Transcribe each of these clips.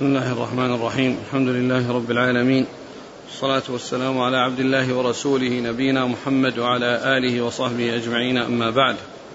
بسم الله الرحمن الرحيم. الحمد لله رب العالمين، والصلاة والسلام على عبد الله ورسوله نبينا محمد وعلى آله وصحبه أجمعين، أما بعد.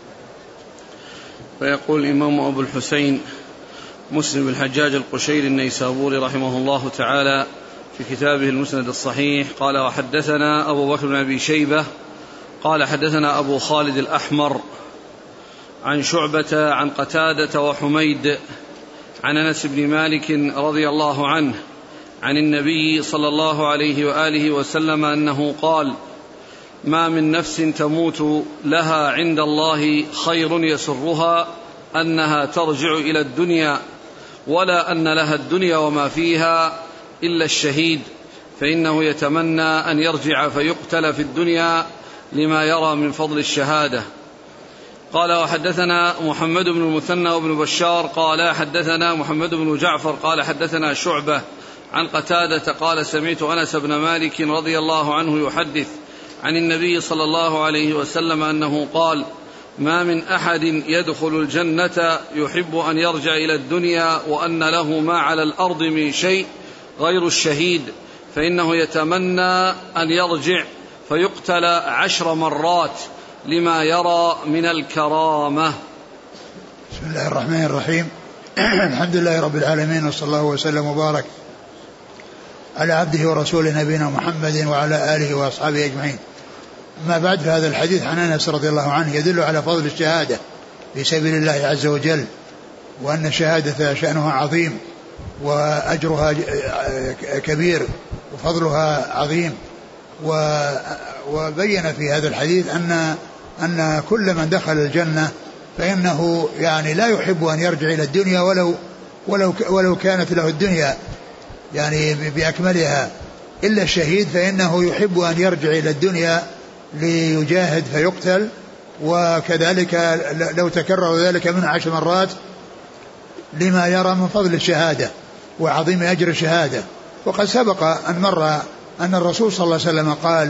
فيقول الإمام أبو الحسين مسلم بن الحجاج القشيري النيسابوري رحمه الله تعالى في كتابه المسند الصحيح قال: وحدثنا أبو بكر بن أبي شيبة قال حدثنا أبو خالد الأحمر عن شعبة عن قتادة وحميد عن أنس بن مالك رضي الله عنه عن النبي صلى الله عليه وآله وسلم أنه قال: ما من نفس تموت لها عند الله خير يسرها أنها ترجع إلى الدنيا، ولا أن لها الدنيا وما فيها إلا الشهيد، فإنه يتمنى أن يرجع فيقتل في الدنيا لما يرى من فضل الشهادة. قال: وحدثنا محمد بن المثنى وابن بشار قال حدثنا محمد بن جعفر قال حدثنا شعبة عن قتادة قال: سمعت أنس بن مالك رضي الله عنه يحدث عن النبي صلى الله عليه وسلم أنه قال: ما من أحد يدخل الجنة يحب أن يرجع إلى الدنيا وأن له ما على الأرض من شيء غير الشهيد، فإنه يتمنى أن يرجع فيقتل 10 مرات لما يرى من الكرامة. بسم الله الرحمن الرحيم. الحمد لله رب العالمين، وصلى الله وسلم وبارك على عبده ورسوله نبينا محمد وعلى آله وأصحابه أجمعين. أما بعد، فهذا الحديث عن أنس رضي الله عنه يدل على فضل الشهادة في سبيل الله عز وجل، وأن الشهادة شأنها عظيم وأجرها كبير وفضلها عظيم. وبين في هذا الحديث أن كل من دخل الجنة فإنه يعني لا يحب أن يرجع إلى الدنيا ولو كانت له الدنيا يعني بأكملها إلا الشهيد، فإنه يحب أن يرجع إلى الدنيا ليجاهد فيقتل، وكذلك لو تكرر ذلك من 10 مرات لما يرى من فضل الشهادة وعظيم أجر الشهادة. وقد سبق أن مر أن الرسول صلى الله عليه وسلم قال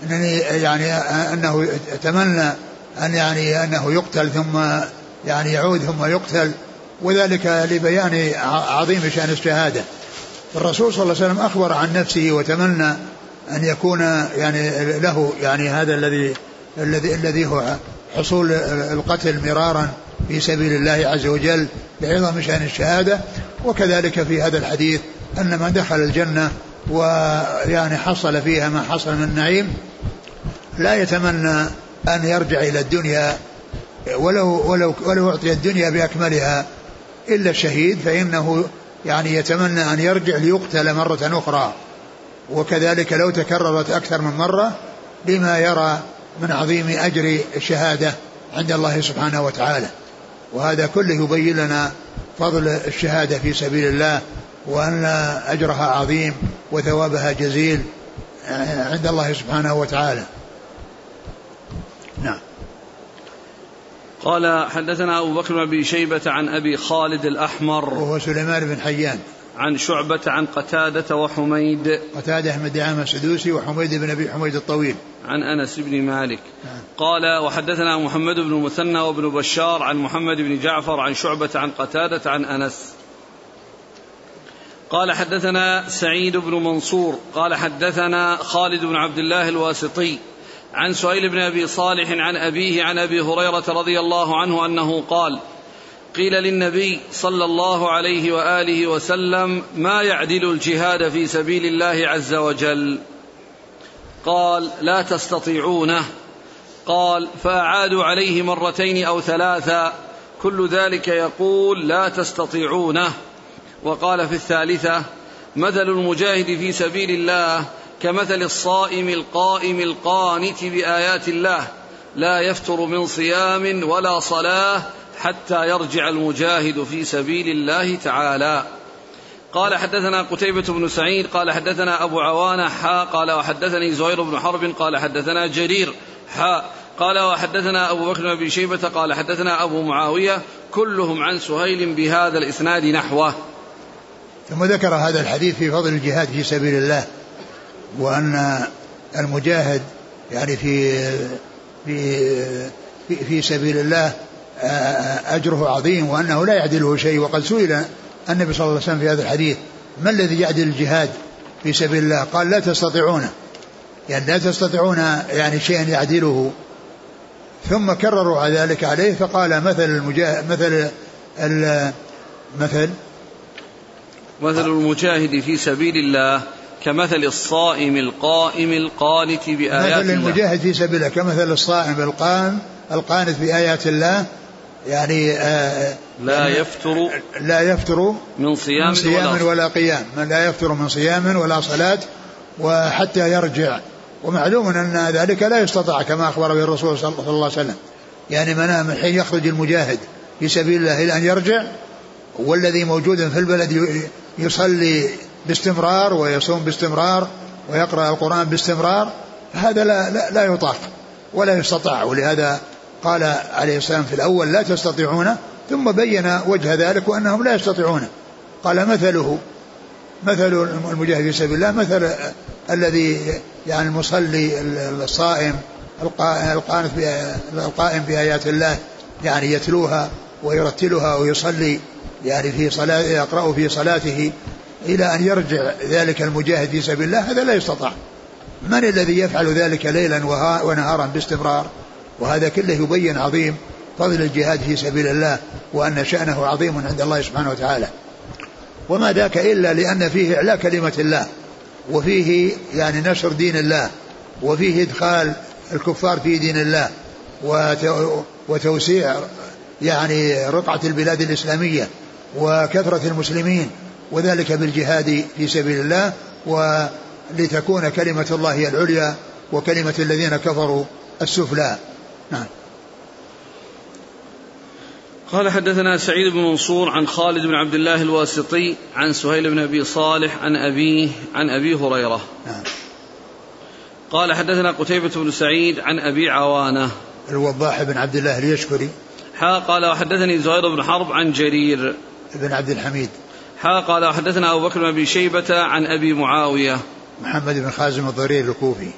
أنه يتمنى أنه يقتل ثم يعود ثم يقتل، وذلك لبيان عظيم شأن الشهادة. الرسول صلى الله عليه وسلم أخبر عن نفسه وتمنى أن يكون له هذا الذي هو حصول القتل مرارا في سبيل الله عز وجل لعظم شأن الشهادة. وكذلك في هذا الحديث أن من دخل الجنة حصل فيها ما حصل من النعيم لا يتمنى أن يرجع إلى الدنيا ولو أعطي الدنيا بأكملها إلا الشهيد، فإنه يتمنى أن يرجع ليقتل مرة أخرى، وكذلك لو تكررت أكثر من مرة لما يرى من عظيم أجر الشهادة عند الله سبحانه وتعالى. وهذا كله يبين لنا فضل الشهادة في سبيل الله، وأن أجرها عظيم وثوابها جزيل عند الله سبحانه وتعالى. نعم. قال: حدثنا أبو بكر بن أبي شيبة عن أبي خالد الأحمر وهو سليمان بن حيان عن شعبة عن قتادة وحميد. قتادة أحمد دعامة السدوسي وحميد بن أبي حميد الطويل عن أنس بن مالك. قال: وحدثنا محمد بن المثنى وابن بشار عن محمد بن جعفر عن شعبة عن قتادة عن أنس. قال: حدثنا سعيد بن منصور قال حدثنا خالد بن عبد الله الواسطي عن سهيل بن أبي صالح عن أبيه عن أبي هريرة رضي الله عنه أنه قال: قيل للنبي صلى الله عليه وآله وسلم: ما يعدل الجهاد في سبيل الله عز وجل؟ قال: لا تستطيعونه. قال: فأعادوا عليه 2 أو 3 كل ذلك يقول: لا تستطيعونه. وقال في الثالثة: مثل المجاهد في سبيل الله كمثل الصائم القائم القانت بآيات الله لا يفتر من صيام ولا صلاة حتى يرجع المجاهد في سبيل الله تعالى. قال: حدثنا قتيبة بن سعيد قال حدثنا أبو عوانة قال: وحدثني زهير بن حرب قال حدثنا جرير قال: وحدثنا أبو بكر بن أبي شيبة قال حدثنا أبو معاوية كلهم عن سهيل بهذا الإسناد نحوه. ثم ذكر هذا الحديث في فضل الجهاد في سبيل الله، وأن المجاهد في سبيل الله أجره عظيم، وأنه لا يعدله شيء. وقد النبي صلى الله عليه وسلم في هذا الحديث: ما الذي يعدل الجهاد في سبيل الله؟ قال: لا تستطيعونه، يعني لا تستطيعون يعني شيئا يعدله. ثم كرروا على ذلك عليه فقال: مثل المجاهد في سبيل الله كمثل الصائم القائم القانت بآيات الله. مثل المجاهد في سبيل الله كمثل الصائم القانت بآيات الله، يعني لا يفتر من صيام ولا قيام، من لا يفتر من صيام ولا صلاة وحتى يرجع. ومعلوم أن ذلك لا يستطاع كما أخبر به الرسول صلى الله عليه وسلم، يعني من حين يخرج المجاهد في سبيل الله إلى أن يرجع، والذي موجود في البلد يصلي باستمرار ويصوم باستمرار ويقرأ القرآن باستمرار، هذا لا يطاق ولا يستطاع. ولهذا قال عليه السلام في الأول: لا تستطيعون، ثم بين وجه ذلك وأنهم لا يستطيعون. قال: مثل المجاهد في سبيل الله مثل الذي يعني المصلي الصائم القائم بآيات الله، يعني يتلوها ويرتلها ويصلي يعني في صلاة يقرأ في صلاته إلى أن يرجع ذلك المجاهد في سبيل الله، هذا لا يستطاع. من الذي يفعل ذلك ليلا ونهارا باستمرار؟ وهذا كله يبين عظيم فضل الجهاد في سبيل الله، وأن شأنه عظيم عند الله سبحانه وتعالى. وما ذاك إلا لأن فيه إعلاء كلمة الله، وفيه يعني نشر دين الله، وفيه إدخال الكفار في دين الله، وتوسيع يعني رقعة البلاد الإسلامية وكثرة المسلمين، وذلك بالجهاد في سبيل الله، ولتكون كلمة الله هي العليا وكلمة الذين كفروا السفلى. نعم. قال: حدثنا سعيد بن منصور عن خالد بن عبد الله الواسطي عن سهيل بن أبي صالح عن أبي هريرة. نعم. قال: حدثنا قتيبة بن سعيد عن أبي عوانة الوضاح بن عبد الله اليشكري. قال: وحدثني زهير بن حرب عن جرير بن عبد الحميد. قال: وحدثنا أبو بكر بن أبي شيبة عن أبي معاوية محمد بن خازم الضرير الكوفي.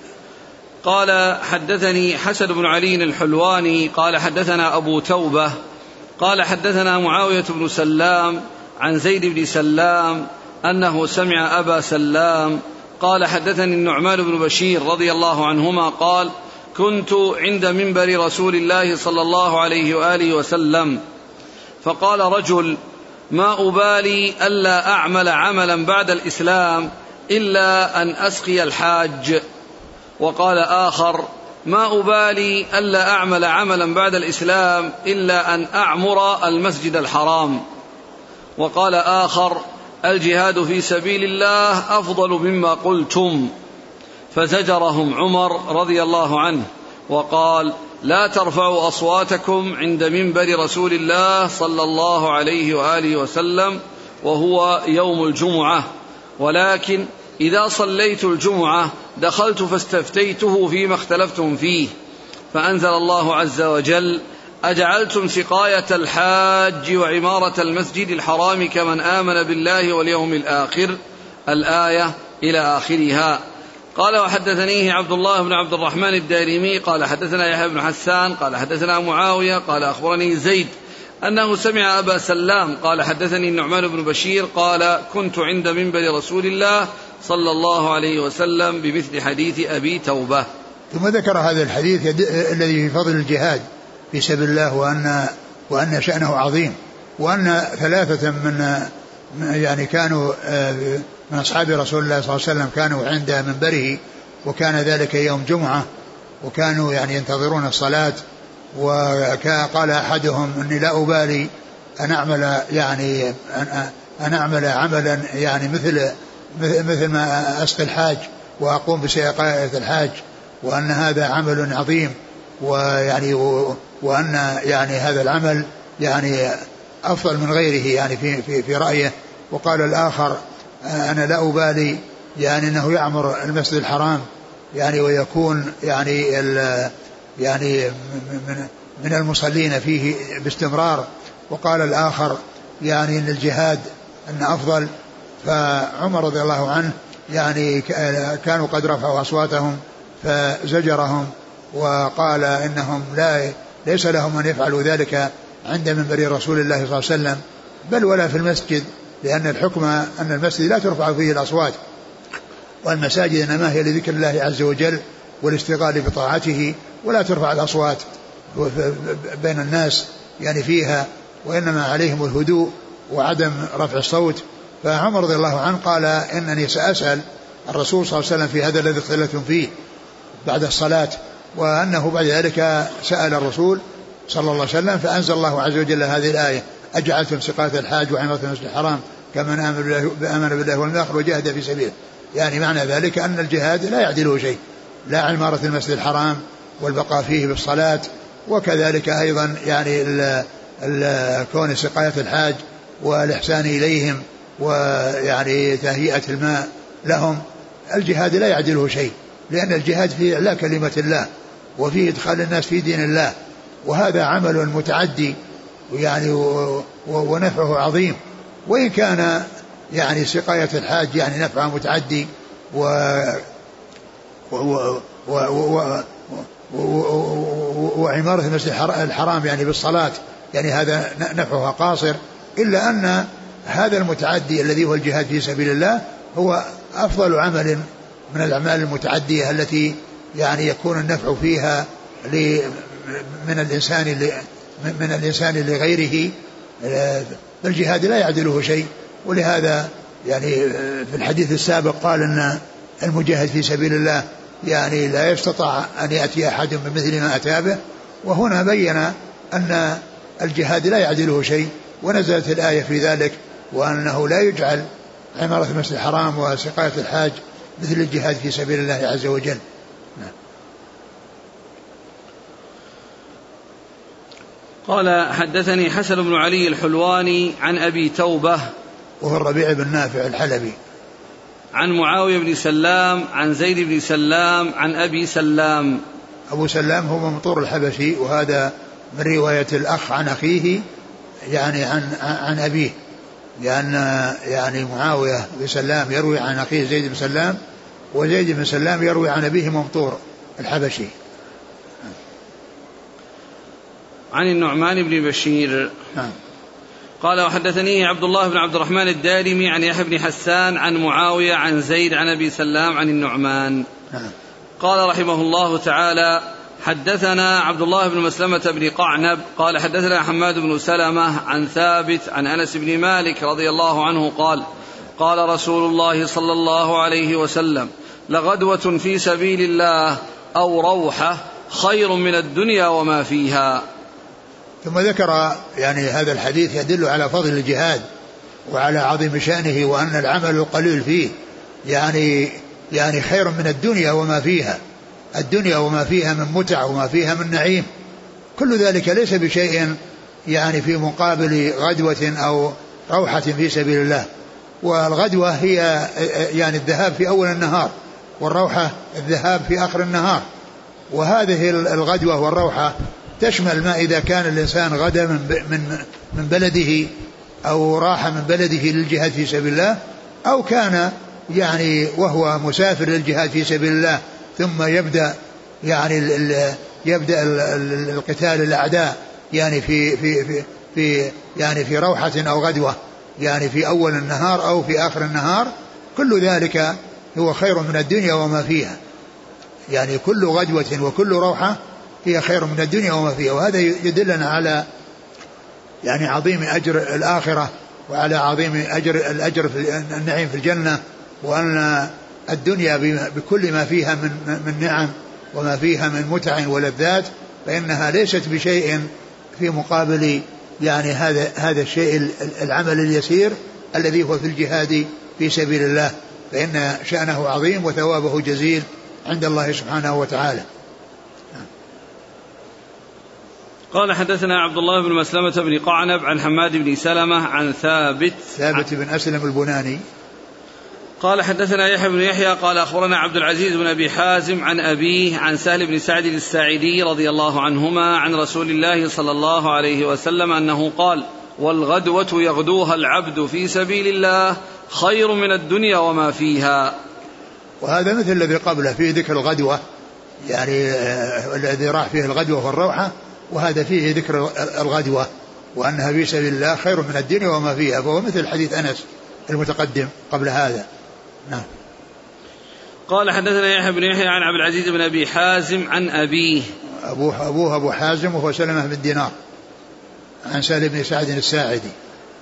قال: حدثني حسن بن علي الحلواني قال: حدثنا أبو توبة قال: حدثنا معاوية بن سلام عن زيد بن سلام أنه سمع أبا سلام قال: حدثني النعمان بن بشير رضي الله عنهما قال: كنت عند منبر رسول الله صلى الله عليه وآله وسلم، فقال رجل: ما أبالي ألا أعمل عملا بعد الإسلام إلا أن أسقي الحاج. وقال آخر: ما أبالي ألا أعمل عملا بعد الإسلام إلا أن أعمر المسجد الحرام. وقال آخر: الجهاد في سبيل الله أفضل مما قلتم. فزجرهم عمر رضي الله عنه وقال: لا ترفعوا أصواتكم عند منبر رسول الله صلى الله عليه وآله وسلم وهو يوم الجمعة، ولكن إذا صليت الجمعة دخلت فاستفتيته فيما اختلفتم فيه، فأنزل الله عز وجل: أجعلتم سقاية الحاج وعمارة المسجد الحرام كمن آمن بالله واليوم الآخر، الآية إلى آخرها. قال: وحدثنيه عبد الله بن عبد الرحمن الدارمي قال: حدثنا يحيى بن حسان قال: حدثنا معاوية قال: أخبرني زيد أنه سمع أبا سلام قال: حدثني النعمان بن بشير قال: كنت عند منبر رسول الله صلى الله عليه وسلم بمثل حديث أبي توبة. ثم ذكر هذا الحديث الذي في فضل الجهاد في سبيل الله، وأن شأنه عظيم، وأن ثلاثة من يعني كانوا من أصحاب رسول الله صلى الله عليه وسلم كانوا عند منبره، وكان ذلك يوم جمعة، وكانوا يعني ينتظرون الصلاة. وقال أحدهم: إني لا أبالي أن أعمل عملا يعني مثل ما أسقي الحاج وأقوم بسقاية الحاج، وأن هذا عمل عظيم، وأن يعني هذا العمل يعني أفضل من غيره يعني في رأيه. وقال الآخر: أنا لا أبالي يعني أنه يعمر المسجد الحرام يعني ويكون يعني من المصلين فيه باستمرار. وقال الآخر يعني أن الجهاد أن أفضل. فعمر رضي الله عنه يعني كانوا قد رفعوا أصواتهم فزجرهم، وقال إنهم ليس لهم أن يفعلوا ذلك عند منبر رسول الله صلى الله عليه وسلم، بل ولا في المسجد، لأن الحكم أن المسجد لا ترفع فيه الأصوات، والمساجد إنما هي لذكر الله عز وجل والاستغلال بطاعته، ولا ترفع الأصوات بين الناس يعني فيها، وإنما عليهم الهدوء وعدم رفع الصوت. فعمر رضي الله عنه قال إنني سأسأل الرسول صلى الله عليه وسلم في هذا الذي اختلفتم فيه بعد الصلاة، وأنه بعد ذلك سأل الرسول صلى الله عليه وسلم فأنزل الله عز وجل هذه الآية: أجعلتم سقاية الحاج وعمرة المسجد الحرام كمن آمن بالله واليوم الآخر وجاهد في سبيله. يعني معنى ذلك أن الجهاد لا يعدله شيء، لا عمارة المسجد الحرام والبقاء فيه بالصلاة، وكذلك أيضا يعني كون سقاية الحاج والإحسان إليهم ويعني تهيئة الماء لهم. الجهاد لا يعدله شيء، لأن الجهاد فيه إعلاء كلمة الله وفيه إدخال الناس في دين الله، وهذا عمل متعدي يعني ونفعه عظيم. وإن كان يعني سقاية الحاج يعني نفعه متعدي وعمارة المسجد الحرام يعني بالصلاة يعني هذا نفعها قاصر، إلا أن هذا المتعدي الذي هو الجهاد في سبيل الله هو أفضل عمل من الأعمال المتعدية التي يعني يكون النفع فيها من الإنسان لغيره. الجهاد لا يعدله شيء. ولهذا يعني في الحديث السابق قال أن المجاهد في سبيل الله يعني لا يستطاع أن يأتي أحد بمثل ما أتى به، وهنا بين أن الجهاد لا يعدله شيء، ونزلت الآية في ذلك، وأنه لا يجعل عمارة المسجد الحرام وسقاية الحاج مثل الجهاد في سبيل الله عز وجل. قال: حدثني حسن بن علي الحلواني عن أبي توبة وهو الربيع بن نافع الحلبي، عن معاوية بن سلام عن زيد بن سلام عن أبي سلام. أبو سلام هو ممطور الحبشي، وهذا من رواية الأخ عن أخيه يعني عن أبيه، لأن يعني معاوية بن سلام يروي عن أخيه زيد بن سلام، وزيد بن سلام يروي عن أبيه ممطور الحبشي. عن النعمان بن بشير قال: وحدثني عبد الله بن عبد الرحمن الدارمي عن يحيى بن حسان عن معاوية عن زيد عن أبي سلام عن النعمان. قال رحمه الله تعالى: حدثنا عبد الله بن مسلمة بن قعنب قال: حدثنا حماد بن سلمة عن ثابت عن أنس بن مالك رضي الله عنه قال: قال رسول الله صلى الله عليه وسلم: لغدوة في سبيل الله أو روحة خير من الدنيا وما فيها. ثم ذكر يعني هذا الحديث يدل على فضل الجهاد وعلى عظيم شأنه، وأن العمل القليل فيه يعني خير من الدنيا وما فيها. الدنيا وما فيها من متع وما فيها من نعيم، كل ذلك ليس بشيء يعني في مقابل غدوة أو روحة في سبيل الله. والغدوة هي يعني الذهاب في أول النهار، والروحة الذهاب في آخر النهار. وهذه الغدوة والروحة تشمل ما إذا كان الإنسان غدا من بلده أو راح من بلده للجهاد في سبيل الله، أو كان يعني وهو مسافر للجهاد في سبيل الله ثم يبدأ القتال الأعداء يعني في روحة أو غدوة، يعني في أول النهار أو في آخر النهار. كل ذلك هو خير من الدنيا وما فيها. يعني كل غدوة وكل روحة هي خير من الدنيا وما فيها. وهذا يدلنا على يعني عظيم أجر الآخرة، وعلى عظيم الأجر في النعيم في الجنة، وأن الدنيا بكل ما فيها من نعم وما فيها من متع ولذات فإنها ليست بشيء في مقابل يعني هذا الشيء العمل اليسير الذي هو في الجهاد في سبيل الله، فإن شأنه عظيم وثوابه جزيل عند الله سبحانه وتعالى. قال: حدثنا عبد الله بن مسلمة بن قعنب عن حماد بن سلمة عن ثابت بن أسلم البناني قال: حدثنا يحيى بن يحيى قال: أخبرنا عبد العزيز بن أبي حازم عن أبيه عن سهل بن سعد الساعدي رضي الله عنهما عن رسول الله صلى الله عليه وسلم أنه قال: والغدوة يغدوها العبد في سبيل الله خير من الدنيا وما فيها. وهذا مثل الذي قبله فيه ذكر الغدوة، يعني الذي راح فيه الغدوة والروحة، وهذا فيه ذكر الغدوة وأنها في سبيل الله خير من الدنيا وما فيها، فهو مثل حديث أنس المتقدم قبل هذا. نعم. قال حدثنا يحيى بن يحيى عن عبد العزيز بن أبي حازم عن أبيه. أبوه أبو حازم وهو سلمة بن دينار عن سالم بن سعد الساعدي.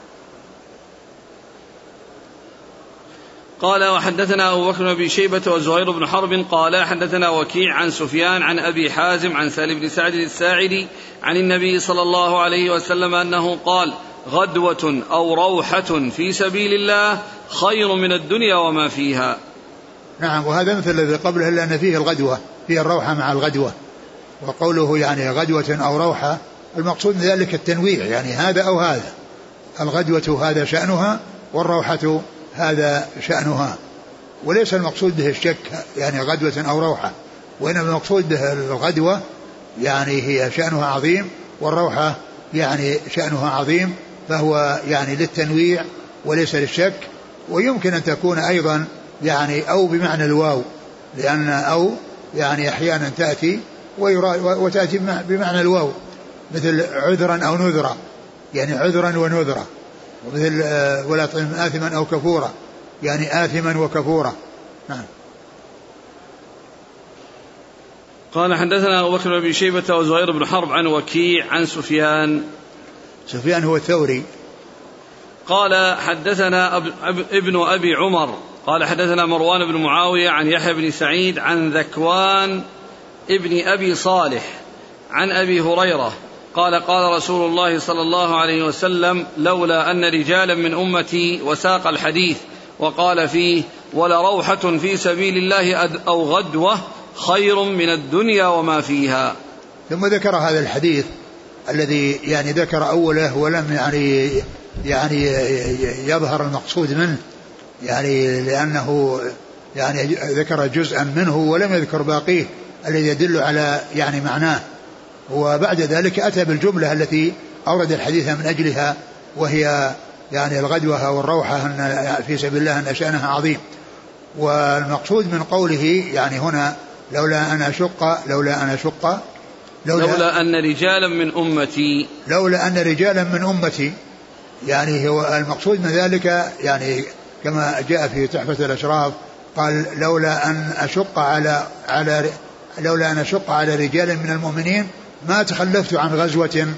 قال وحدثنا أبو بكر بن أبي شيبة وزهير بن حرب قال حدثنا وكيع عن سفيان عن أبي حازم عن سالم بن سعد الساعدي عن النبي صلى الله عليه وسلم أنه قال غدوة أو روحة في سبيل الله خير من الدنيا وما فيها. نعم. وهذا مثل الذي قبله لأن فيه الغدوة، فيه الروحة مع الغدوة. وقوله يعني غدوة أو روحة المقصود من ذلك التنويع، يعني هذا أو هذا. الغدوة هذا شأنها والروحة هذا شأنها، وليس المقصود به الشك يعني غدوة أو روحة، وإنما المقصود به الغدوة يعني هي شأنها عظيم، والروحة يعني شأنها عظيم، فهو يعني للتنويع وليس للشك. ويمكن أن تكون أيضا يعني أو بمعنى الواو، لأن أو يعني أحيانا تأتي وتأتي بمعنى الواو، مثل عذرا أو نذرا، يعني عذرا ونذرا. ومثل ولا تطعم آثما أو كفورا، يعني آثما وكفورا. نعم. قال حدثنا أبو بكر بن أبي شيبة وزهير بن حرب عن وكيع عن سفيان. سفيان هو الثوري. قال حدثنا ابن أبي عمر قال حدثنا مروان بن معاوية عن يحيى بن سعيد عن ذكوان ابن أبي صالح عن أبي هريرة قال قال رسول الله صلى الله عليه وسلم لولا أن رجالا من أمتي، وساق الحديث وقال فيه ولروحة في سبيل الله أو غدوة خير من الدنيا وما فيها. ثم ذكر هذا الحديث الذي يعني ذكر أوله ولم يعني يظهر المقصود منه، يعني لأنه يعني ذكر جزءا منه ولم يذكر باقيه الذي يدل على يعني معناه. وبعد ذلك أتى بالجملة التي أورد الحديث من أجلها، وهي يعني الغدوة والروحة في سبيل الله أن شأنها عظيم. والمقصود من قوله يعني هنا لولا أن رجالا من أمتي، يعني هو المقصود من ذلك يعني كما جاء في تحفة الأشراف قال لولا أن أشق على رجال من المؤمنين ما تخلفت عن غزوة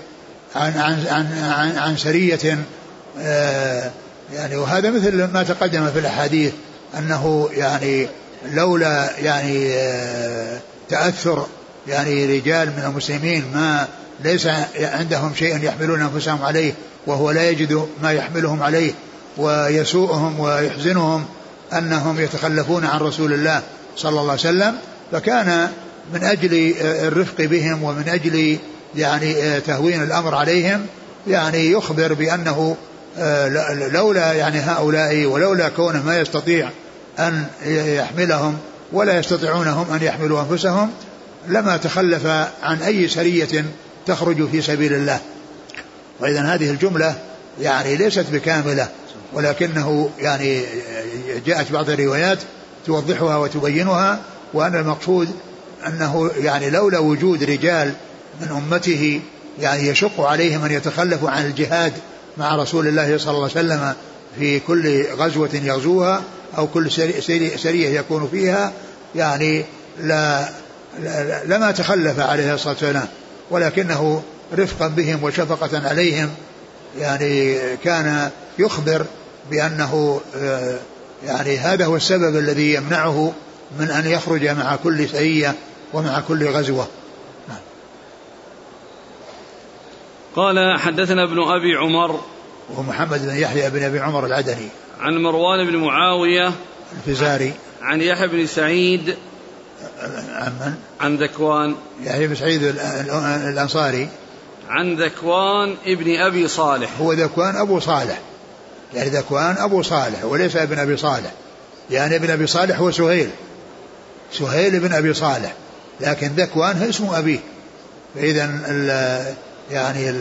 عن سرية. يعني وهذا مثل ما تقدم في الأحاديث أنه يعني لولا يعني تأثر يعني رجال من المسلمين ما ليس عندهم شيء يحملون أنفسهم عليه، وهو لا يجد ما يحملهم عليه، ويسوءهم ويحزنهم أنهم يتخلفون عن رسول الله صلى الله عليه وسلم، فكان من أجل الرفق بهم ومن أجل يعني تهوين الأمر عليهم يعني يخبر بأنه لولا يعني هؤلاء ولولا كونه ما يستطيع أن يحملهم ولا يستطيعونهم أن يحملوا أنفسهم لما تخلف عن أي سرية تخرج في سبيل الله. وإذن هذه الجملة يعني ليست بكاملة، ولكنه يعني جاءت بعض الروايات توضحها وتبينها، وأن المقصود أنه يعني لولا وجود رجال من أمته يعني يشق عليهم أن يتخلفوا عن الجهاد مع رسول الله صلى الله عليه وسلم في كل غزوة يغزوها أو كل سرية يكون فيها، يعني لما تخلف عليه الصلاة والسلام، ولكنه رفقا بهم وشفقة عليهم يعني كان يخبر بأنه يعني هذا هو السبب الذي يمنعه من أن يخرج مع كل سرية ومع كل غزوة. قال حدثنا ابن أبي عمر ومحمد بن يحيى بن أبي عمر العدني عن مروان بن معاوية الفزاري عن يحيى بن سعيد عن ذكوان يحيى بن سعيد الأنصاري عن ذكوان ابن أبي صالح. هو ذكوان أبو صالح، يعني ذكوان أبو صالح وليس ابن أبي صالح، يعني ابن أبي صالح هو سهيل بن أبي صالح، لكن ذكوان هو اسم أبيه. فإذن يعني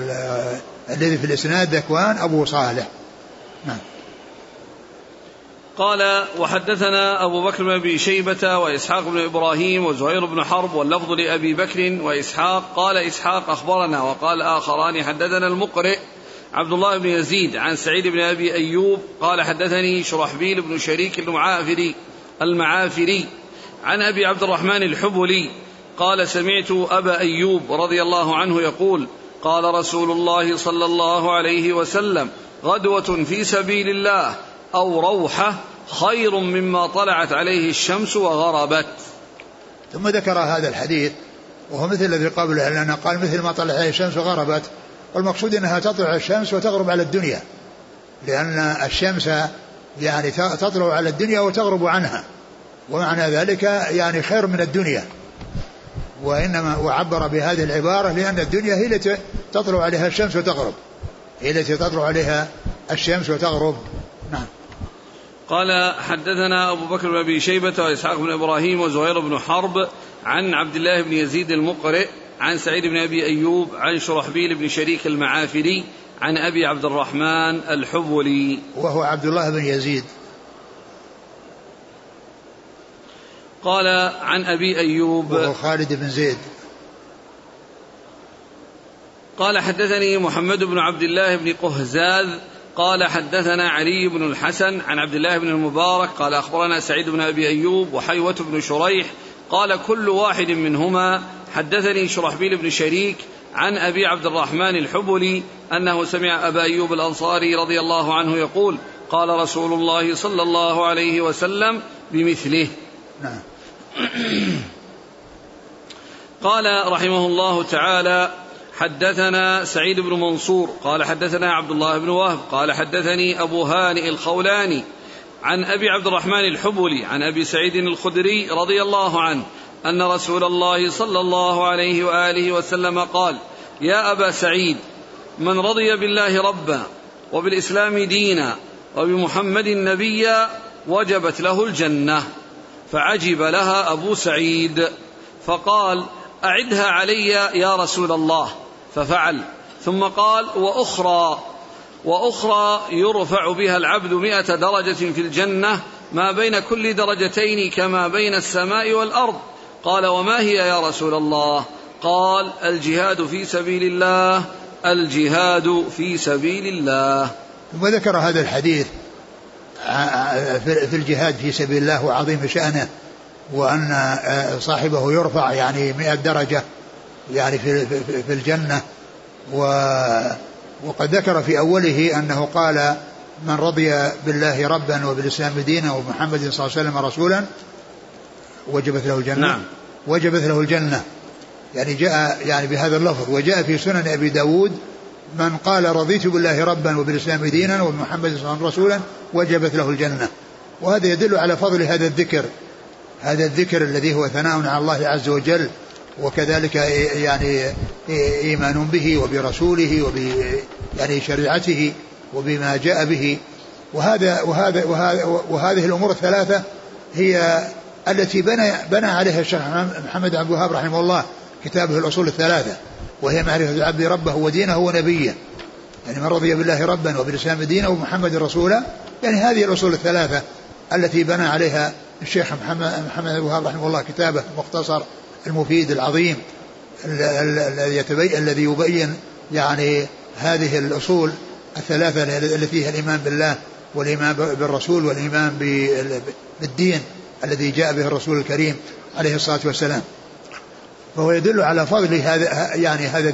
الذي في الإسناد ذكوان أبو صالح. نعم. قال وحدثنا أبو بكر بن أبي شيبة وإسحاق بن إبراهيم وزهير بن حرب واللفظ لأبي بكر وإسحاق. قال إسحاق أخبرنا، وقال آخران حدثنا المقرئ عبد الله بن يزيد عن سعيد بن أبي أيوب قال حدثني شرحبيل بن شريك المعافري عن أبي عبد الرحمن الحبلي قال سمعت أبا أيوب رضي الله عنه يقول قال رسول الله صلى الله عليه وسلم غدوة في سبيل الله أو روحة خير مما طلعت عليه الشمس وغربت. ثم ذكر هذا الحديث وهو مثل الذي قبله، لأنه قال مثل ما طلعت عليه الشمس وغربت، والمقصود أنها تطلع الشمس وتغرب على الدنيا، لأن الشمس يعني تطلع على الدنيا وتغرب عنها، ومعنى ذلك يعني خير من الدنيا. وإنما وعبر بهذه العبارة لأن الدنيا هي التي تطلع عليها الشمس وتغرب، هي التي تطلع عليها الشمس وتغرب. نعم. قال حدثنا أبو بكر بن أبي شيبة وإسحاق بن إبراهيم وزهير بن حرب عن عبد الله بن يزيد المقرئ عن سعيد بن أبي أيوب عن شرحبيل بن شريك المعافري عن أبي عبد الرحمن الحبلي وهو عبد الله بن يزيد. قال عن أبي أيوب وهو خالد بن زيد. قال حدثني محمد بن عبد الله بن قهزاذ قال حدثنا علي بن الحسن عن عبد الله بن المبارك قال أخبرنا سعيد بن أبي أيوب وحيوة بن شريح قال كل واحد منهما حدثني شرحبيل بن شريك عن أبي عبد الرحمن الحبلي أنه سمع أبا أيوب الأنصاري رضي الله عنه يقول قال رسول الله صلى الله عليه وسلم بمثله. نعم. قال رحمه الله تعالى حدثنا سعيد بن منصور قال حدثنا عبد الله بن وهب قال حدثني أبو هانئ الخولاني عن أبي عبد الرحمن الحبلي عن أبي سعيد الخدري رضي الله عنه أن رسول الله صلى الله عليه وآله وسلم قال يا أبا سعيد من رضي بالله ربا وبالإسلام دينا وبمحمد نبيا وجبت له الجنة. فعجب لها أبو سعيد فقال أعدها علي يا رسول الله، ففعل. ثم قال وأخرى يرفع بها العبد 100 درجة في الجنة ما بين كل درجتين كما بين السماء والأرض. قال وما هي يا رسول الله؟ قال الجهاد في سبيل الله، الجهاد في سبيل الله. ثم ذكر هذا الحديث في الجهاد في سبيل الله وعظيم شأنه، وأن صاحبه يرفع يعني 100 درجة يعني في الجنة. وقد ذكر في أوله أنه قال من رضي بالله ربا وبالإسلام دينا ومحمد صلى الله عليه وسلم رسولا وجبت له الجنة. نعم. وجبت له الجنة يعني جاء يعني بهذا اللفظ. وجاء في سنن أبي داود من قال رضيت بالله ربا وبالإسلام دينا ومحمد صلى الله عليه وسلم رسولا وجبت له الجنة. وهذا يدل على فضل هذا الذكر الذي هو ثناء على الله عز وجل، وكذلك يعني إيمان به وبرسوله يعني شريعته وبما جاء به. وهذه الأمور الثلاثة هي التي بنى عليها الشيخ محمد عبد الوهاب رحمه الله كتابه الأصول الثلاثة، وهي معرفة العبد ربه ودينه ونبيه، يعني من رضي بالله ربا وبالإسلام دينا ومحمد رسولا، يعني هذه الأصول الثلاثة التي بنى عليها الشيخ محمد عبد الوهاب رحمه الله كتابه المختصر المفيد العظيم الذي يبين يعني هذه الأصول الثلاثة التي هي الإيمان بالله والإيمان بالرسول والإيمان بالدين الذي جاء به الرسول الكريم عليه الصلاة والسلام. فهو يدل على فضل هذا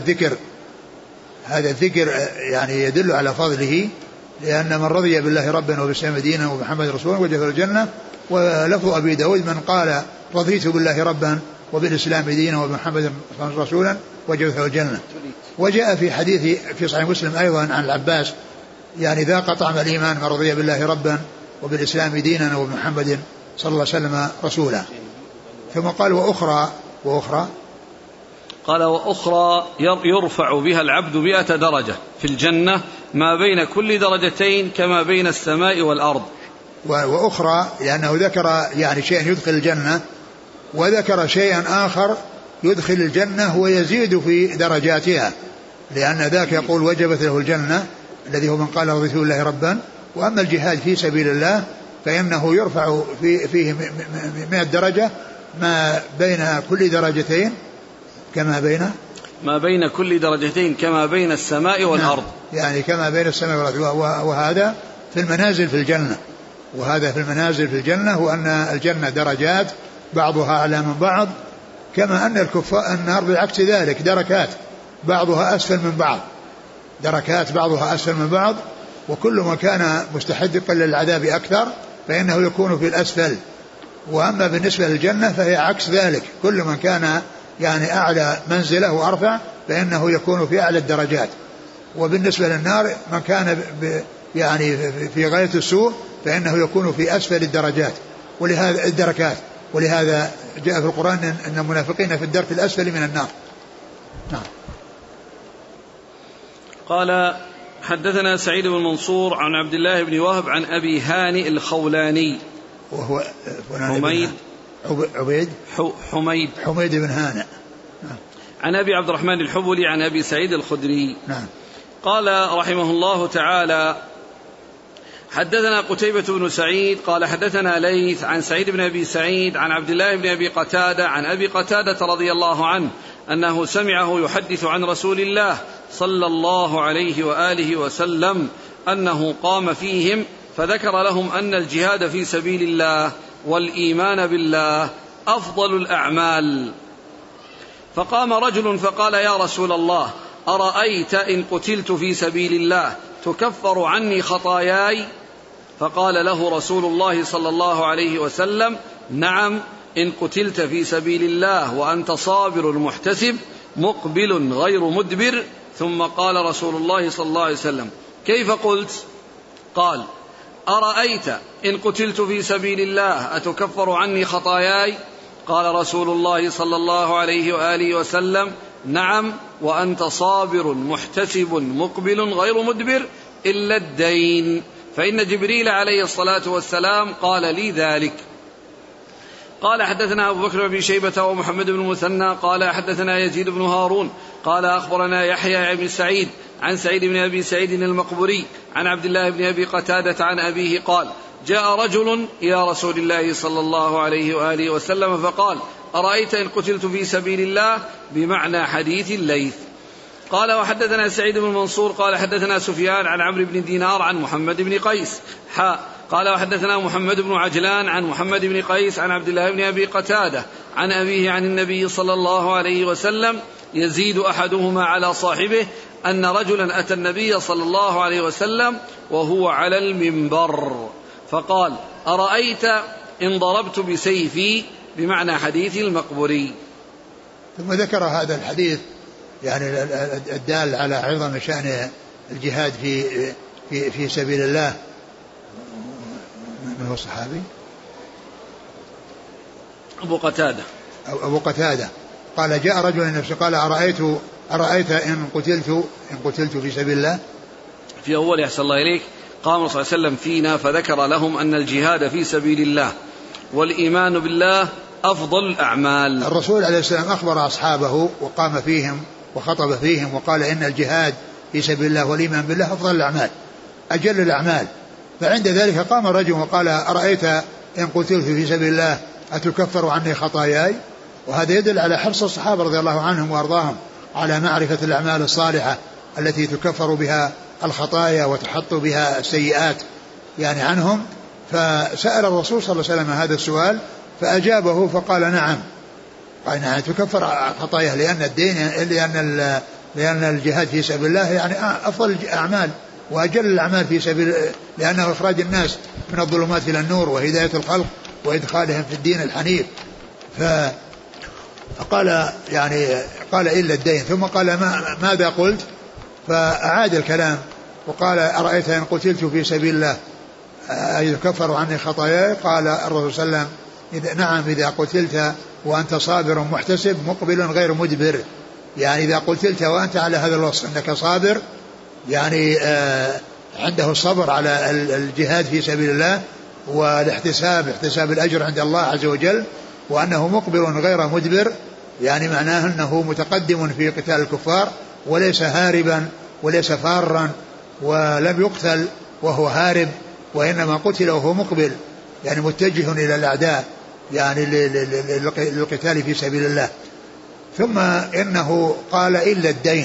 الذكر يعني يدل على فضله، لأن من رضي بالله ربا وبالإسلام دينا ومحمد رسولا وجب الجنة. ولفظ أبي داود من قال رضيت بالله ربا وبالإسلام دينا ومحمد رسولا وجب الجنة. وجاء في حديث في صحيح مسلم أيضا عن العباس يعني ذاق طعم الإيمان من رضي بالله ربا وبالإسلام دينا ومحمد صلى الله عليه وسلم رسولا. ثم قال قال وأخرى يرفع بها العبد 100 درجة في الجنة ما بين كل درجتين كما بين السماء والأرض. وأخرى لأنه ذكر يعني شيئا يدخل الجنة، وذكر شيئا آخر يدخل الجنة ويزيد في درجاتها، لأن ذاك يقول وجبت له الجنة الذي هو من قال رضيت بالله ربا. وأما الجهاد في سبيل الله فإنه يرفع فيه 100 درجة ما بين كل درجتين ما بين كل درجتين كما بين السماء والأرض. يعني كما بين السماء والأرض. وهذا في المنازل في الجنة، وهذا في المنازل في الجنة، وأن الجنة درجات بعضها أعلى من بعض، كما أن النار بالعكس ذلك دركات بعضها أسفل من بعض، دركات بعضها أسفل من بعض، وكل ما كان مستحقا للعذاب أكثر فإنه يكون في الأسفل. وأما بالنسبة للجنة فهي عكس ذلك، كل من كان يعني أعلى منزله وأرفع فإنه يكون في أعلى الدرجات. وبالنسبة للنار من كان يعني في غاية السوء فإنه يكون في أسفل الدرجات ولهذا الدركات. ولهذا جاء في القرآن أن المنافقين في الدرك الأسفل من النار. نعم. قال حدثنا سعيد بن منصور عن عبد الله بن وهب عن أبي هانئ الخولاني وهو حميد بن هانئ عن أبي عبد الرحمن الحبلي عن أبي سعيد الخدري. نعم. قال رحمه الله تعالى حدثنا قتيبة بن سعيد قال حدثنا ليث عن سعيد بن أبي سعيد عن عبد الله بن أبي قتادة عن أبي قتادة رضي الله عنه أنه سمعه يحدث عن رسول الله صلى الله عليه وآله وسلم أنه قام فيهم فذكر لهم أن الجهاد في سبيل الله والإيمان بالله أفضل الأعمال. فقام رجل فقال يا رسول الله أرأيت إن قتلت في سبيل الله تكفر عني خطاياي؟ فقال له رسول الله صلى الله عليه وسلم نعم إن قتلت في سبيل الله وأنت صابر محتسب مقبل غير مدبر. ثم قال رسول الله صلى الله عليه وسلم كيف قلت؟ قال أرأيت إن قتلت في سبيل الله أتكفر عني خطاياي؟ قال رسول الله صلى الله عليه وآله وسلم نعم وأنت صابر محتسب مقبل غير مدبر إلا الدين، فإن جبريل عليه الصلاة والسلام قال لي ذلك. قال حدثنا أبو بكر بن شيبة ومحمد بن المثنى قال حدثنا يزيد بن هارون قال أخبرنا يحيى بن سعيد عن سعيد بن أبي سعيد المقبري عن عبد الله بن أبي قتادة عن أبيه قال جاء رجل إلى رسول الله صلى الله عليه وآله وسلم فقال أرأيت إن قتلت في سبيل الله بمعنى حديث الليث. قال وحدثنا سعيد بن منصور قال حدثنا سفيان عن عمرو بن دينار عن محمد بن قيس قال وحدثنا محمد بن عجلان عن محمد بن قيس عن عبد الله بن أبي قتادة عن أبيه عن النبي صلى الله عليه وسلم يزيد أحدهما على صاحبه أن رجلا أتى النبي صلى الله عليه وسلم وهو على المنبر فقال أرأيت إن ضربت بسيفي بمعنى حديث المقبري. ثم ذكر هذا الحديث يعني الدال على عظم شأن الجهاد في سبيل الله. من هو الصحابي؟ أبو قتادة قال جاء رجل نفسه قال أرأيت إن قتلت في سبيل الله. في أول يحسن الله إليك قام صلى الله عليه وسلم فينا فذكر لهم أن الجهاد في سبيل الله والإيمان بالله أفضل الأعمال. الرسول عليه السلام أخبر أصحابه وقام فيهم وخطب فيهم وقال إن الجهاد في سبيل الله والإيمان بالله أفضل الأعمال أجل الأعمال. فعند ذلك قام رجل وقال أرأيت إن قتلت في سبيل الله أتكفر عني خطاياي؟ وهذا يدل على حرص الصحابة رضي الله عنهم وأرضاهم على معرفة الأعمال الصالحة التي تكفر بها الخطايا وتحط بها السيئات يعني عنهم. فسأل الرسول صلى الله عليه وسلم هذا السؤال فأجابه فقال نعم، قال نعم تكفر خطايا لأن الدين لأن الجهاد في سبيل الله يعني أفضل الأعمال وأجل الأعمال في سبيل لأنه إخراج الناس من الظلمات إلى النور وهداية الخلق وإدخالهم في الدين الحنيف. فقال يعني قال إلا الدين. ثم قال ماذا قلت؟ فأعاد الكلام وقال أرأيت إن قتلت في سبيل الله يكفر عني خطاياي؟ قال الرسول صلى الله عليه وسلم نعم إذا قتلت وأنت صابر محتسب مقبل غير مدبر. يعني إذا قتلت وأنت على هذا الوصف أنك صابر يعني عنده الصبر على الجهاد في سبيل الله والاحتساب الأجر عند الله عز وجل وأنه مقبل غير مدبر يعني معناه أنه متقدم في قتال الكفار وليس هاربا وليس فارا ولم يقتل وهو هارب وإنما قتل وهو مقبل يعني متجه إلى الأعداء يعني للقتال في سبيل الله. ثم إنه قال إلا الدين،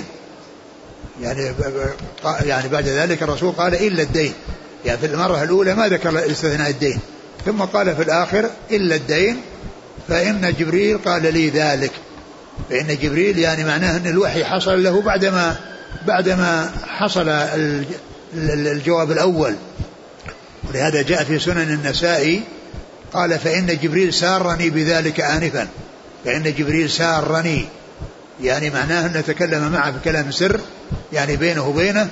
يعني بعد ذلك الرسول قال إلا الدين، يعني في المرة الأولى ما ذكر استثناء الدين، ثم قال في الآخر إلا الدين، فإن جبريل قال لي ذلك. فإن جبريل يعني معناه أن الوحي حصل له بعدما حصل الجواب الأول. ولهذا جاء في سنن النسائي قال فإن جبريل سارني بذلك آنفا. فإن جبريل سارني يعني معناه أن تكلم معه بكلام سر يعني بينه وبينه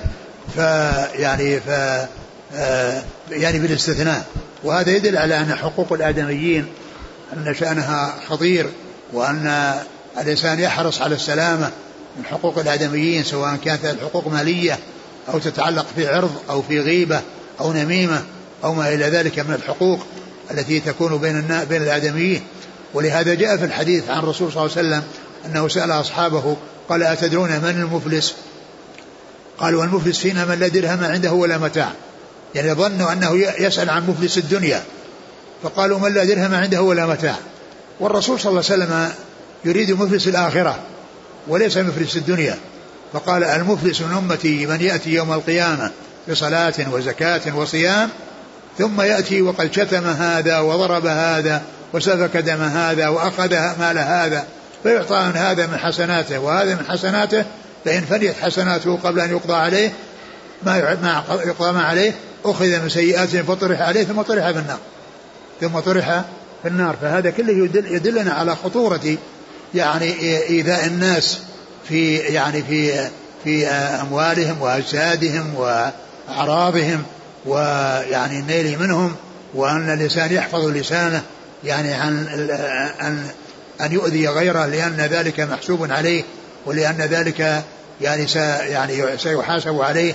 يعني بالاستثناء. وهذا يدل على أن حقوق الآدميين أن شأنها خطير، وأن الإنسان يحرص على السلامة من حقوق الآدميين، سواء كانت الحقوق مالية أو تتعلق في عرض أو في غيبة أو نميمة أو ما إلى ذلك من الحقوق التي تكون بين الآدميين. ولهذا جاء في الحديث عن الرسول صلى الله عليه وسلم أنه سأل أصحابه قال أتدرون من المفلس؟ قالوا المفلس فينا من لا درهم عنده ولا متاع، يعني ظنوا أنه يسأل عن مفلس الدنيا، فقالوا من لا درهم عنده ولا متاع. والرسول صلى الله عليه وسلم يريد مفلس الآخرة وليس مفلس الدنيا، فقال المفلس من أمتي من يأتي يوم القيامة بصلاة وزكاة وصيام ثم يأتي وقد شتم هذا وضرب هذا وسفك دم هذا وأخذ مال هذا، فيعطى من هذا من حسناته وهذا من حسناته، فإن فنيت حسناته قبل أن يقضى عليه ما يقضى ما عليه أخذ من سيئاته فطرح عليه ثم طرح في النار. فهذا كله يدلنا على خطورة يعني إيذاء الناس في أموالهم وأجسادهم وأعراضهم ويعني النيل منهم، وأن الإنسان يحفظ لسانه يعني عن أن يؤذي غيره، لأن ذلك محسوب عليه ولأن ذلك يعني سيحاسب عليه.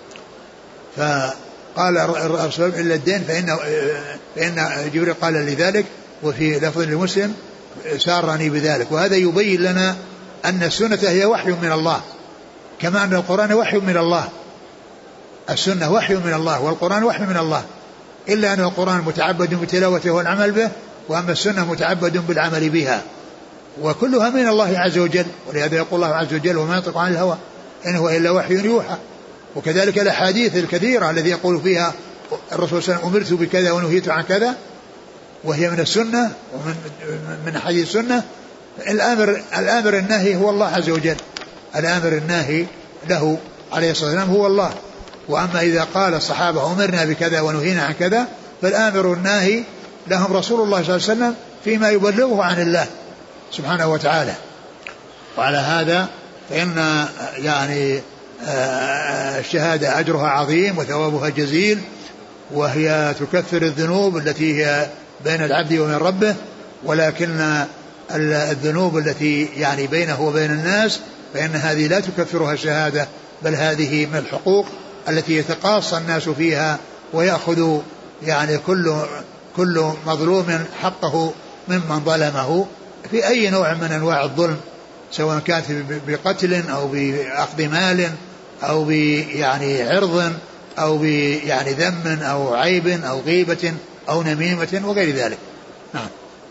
فقال الرسول إلا الدين فإن جبريل قال لذلك. وفي لفظ لمسلم سارني بذلك. وهذا يبين لنا أن السنة هي وحي من الله، كما أن القرآن وحي من الله. السنة وحي من الله والقرآن وحي من الله، إلا أن القرآن متعبد بتلاوته والعمل به، وأما السنة متعبد بالعمل بها، وكلها من الله عز وجل. ولهذا يقول الله عز وجل وما ينطق عن الهوى إن هو إلا وحي يوحى. وكذلك الأحاديث الكثيرة التي يقول فيها الرسول صلى الله عليه وسلم أمرت بكذا ونهيت عن كذا، وهي من السنة ومن حديث السنة. الآمر الناهي هو الله عز وجل، الآمر الناهي له عليه الصلاة والسلام هو الله. وأما إذا قال الصحابة أمرنا بكذا ونهينا عن كذا، فالآمر الناهي لهم رسول الله صلى الله عليه وسلم فيما يبلغه عن الله سبحانه وتعالى. وعلى هذا فإن يعني الشهادة أجرها عظيم وثوابها جزيل، وهي تكفر الذنوب التي هي بين العبد وبين ربه، ولكن الذنوب التي يعني بينه وبين الناس فإن هذه لا تكفرها الشهادة، بل هذه من الحقوق التي يتقاصى الناس فيها، ويأخذ يعني كل مظلوم حقه ممن ظلمه في أي نوع من أنواع الظلم، سواء كانت بقتل أو بأخذ مال أو يعني عرض أو يعني ذم أو عيب أو غيبة أو نميمة وغير ذلك. نعم.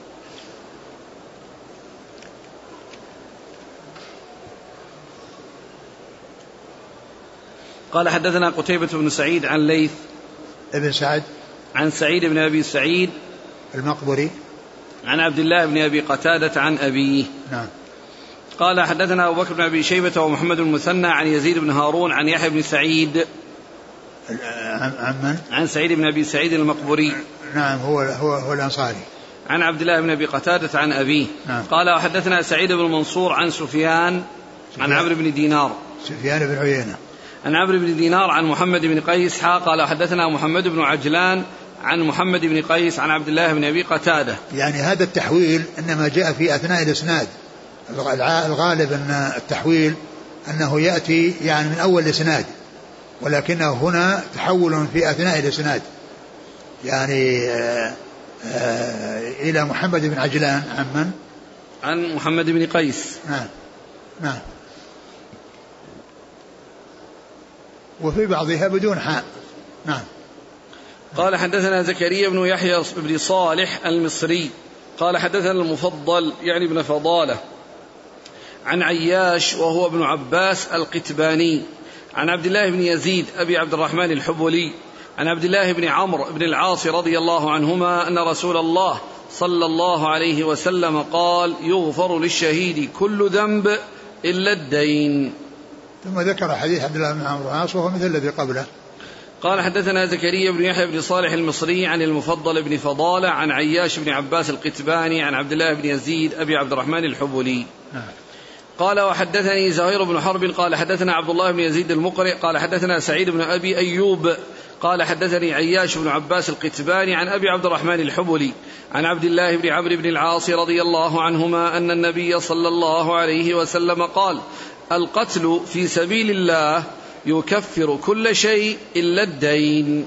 قال حدثنا قتيبة بن سعيد عن ليث ابن سعد عن سعيد بن أبي سعيد المقبري عن عبد الله بن أبي قتادة عن أبيه. نعم. قال حدثنا أبو بكر بن أبي شيبة ومحمد المثنى عن يزيد بن هارون عن يحيى بن سعيد عن سعيد بن أبي سعيد المقبري. نعم. هو الأنصاري. عن عبد الله بن أبي قتادة عن أبيه. نعم. قال وحدثنا سعيد بن منصور عن سفيان عن عمرو بن دينار سفيان بن عيينة عن عمرو بن دينار عن محمد بن قيس قال حدثنا محمد بن عجلان عن محمد بن قيس عن عبد الله بن أبي قتادة. يعني هذا التحويل إنما جاء في أثناء الإسناد، الغالب أن التحويل أنه يأتي يعني من أول الإسناد، ولكنه هنا تحول في أثناء الإسناد، يعني إلى محمد بن عجلان عن من؟ عن محمد بن قيس. نعم. نعم. وفي بعضها بدون حاء. نعم. قال حدثنا زكريا بن يحيى بن صالح المصري قال حدثنا المفضل يعني ابن فضالة عن عياش وهو ابن عباس القتباني عن عبد الله بن يزيد أبي عبد الرحمن الحبولي عن عبد الله بن عمرو بن العاص رضي الله عنهما أن رسول الله صلى الله عليه وسلم قال يغفر للشهيد كل ذنب إلا الدين. ثم ذكر حديث عبد الله بن عمرو بن العاص وهو مثل الذي قبله. قال حدثنا زكريا بن يحيى بن صالح المصري عن المفضل بن فضالة عن عياش بن عباس القتباني عن عبد الله بن يزيد أبي عبد الرحمن الحبولي. قال وحدثني زهير بن حرب قال حدثنا عبد الله بن يزيد المقرئ قال حدثنا سعيد بن أبي أيوب قال حدثني عياش بن عباس القتباني عن أبي عبد الرحمن الحبولي عن عبد الله بن عمرو بن العاص رضي الله عنهما أن النبي صلى الله عليه وسلم قال القتل في سبيل الله يكفر كل شيء إلا الدين.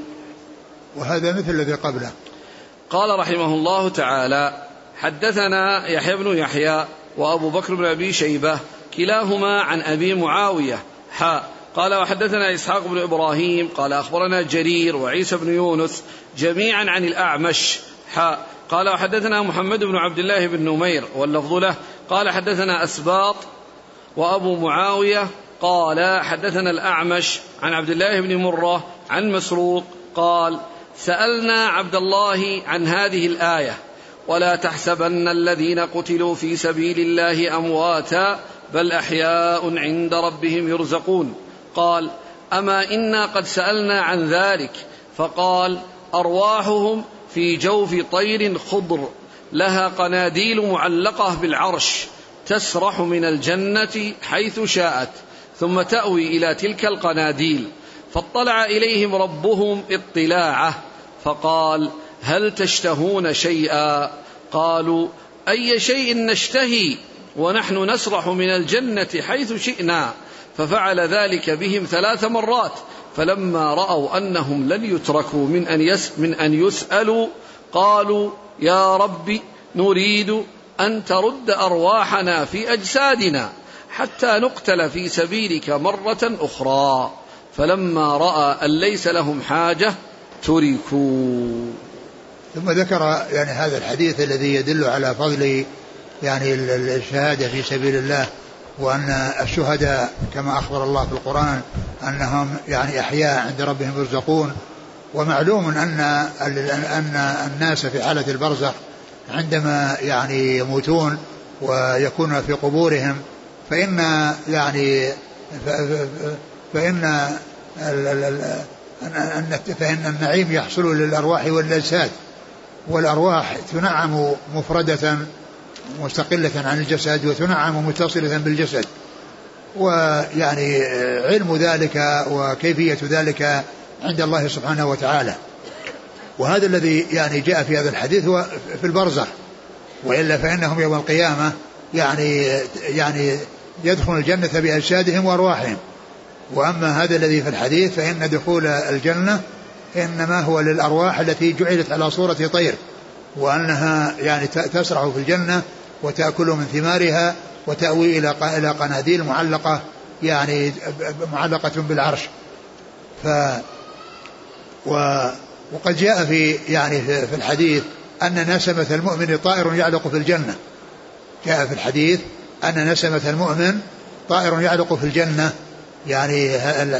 وهذا مثل الذي قبله. قال رحمه الله تعالى حدثنا يحيى بن يحيى وأبو بكر بن أبي شيبة كلاهما عن أبي معاوية قال وحدثنا إسحاق بن إبراهيم قال أخبرنا جرير وعيسى بن يونس جميعا عن الأعمش قال وحدثنا محمد بن عبد الله بن نمير واللفظ له قال حدثنا أسباط وأبو معاوية قال حدثنا الأعمش عن عبد الله بن مرة عن مسروق قال سألنا عبد الله عن هذه الآية ولا تحسبن الذين قتلوا في سبيل الله أمواتا بل أحياء عند ربهم يرزقون. قال أما إنا قد سألنا عن ذلك فقال أرواحهم في جوف طير خضر لها قناديل معلقة بالعرش تسرح من الجنة حيث شاءت ثم تأوي إلى تلك القناديل فاطلع إليهم ربهم اطلاعه فقال هل تشتهون شيئا؟ قالوا أي شيء نشتهي ونحن نسرح من الجنة حيث شئنا ففعل ذلك بهم 3 مرات فلما رأوا أنهم لن يتركوا من أن يسألوا قالوا يا رب نريد أن ترد أرواحنا في أجسادنا حتى نقتل في سبيلك مرة أخرى فلما رأى أن ليس لهم حاجة تركوا. ثم ذكر يعني هذا الحديث الذي يدل على فضل يعني الشهادة في سبيل الله وأن الشهداء كما أخبر الله في القرآن أنهم يعني أحياء عند ربهم يرزقون. ومعلوم أن الناس في حالة البرزخ عندما يعني يموتون ويكونون في قبورهم فإن النعيم يحصل للأرواح والأجساد والأرواح تنعم مفردة مستقلة عن الجسد وتنعم متصلة بالجسد ويعني علم ذلك وكيفية ذلك عند الله سبحانه وتعالى. وهذا الذي يعني جاء في هذا الحديث هو في البرزخ وإلا فإنهم يوم القيامة يعني يدخل الجنة بأجسادهم وأرواحهم. وأما هذا الذي في الحديث فإن دخول الجنة إنما هو للأرواح التي جعلت على صورة طير وأنها يعني تسرع في الجنة وتأكل من ثمارها وتأوي إلى قناديل معلقة يعني معلقة بالعرش. وقد جاء في الحديث أن نسمة المؤمن طائر يعلق في الجنة. جاء في الحديث أن نسمة المؤمن طائر يعلق في الجنة يعني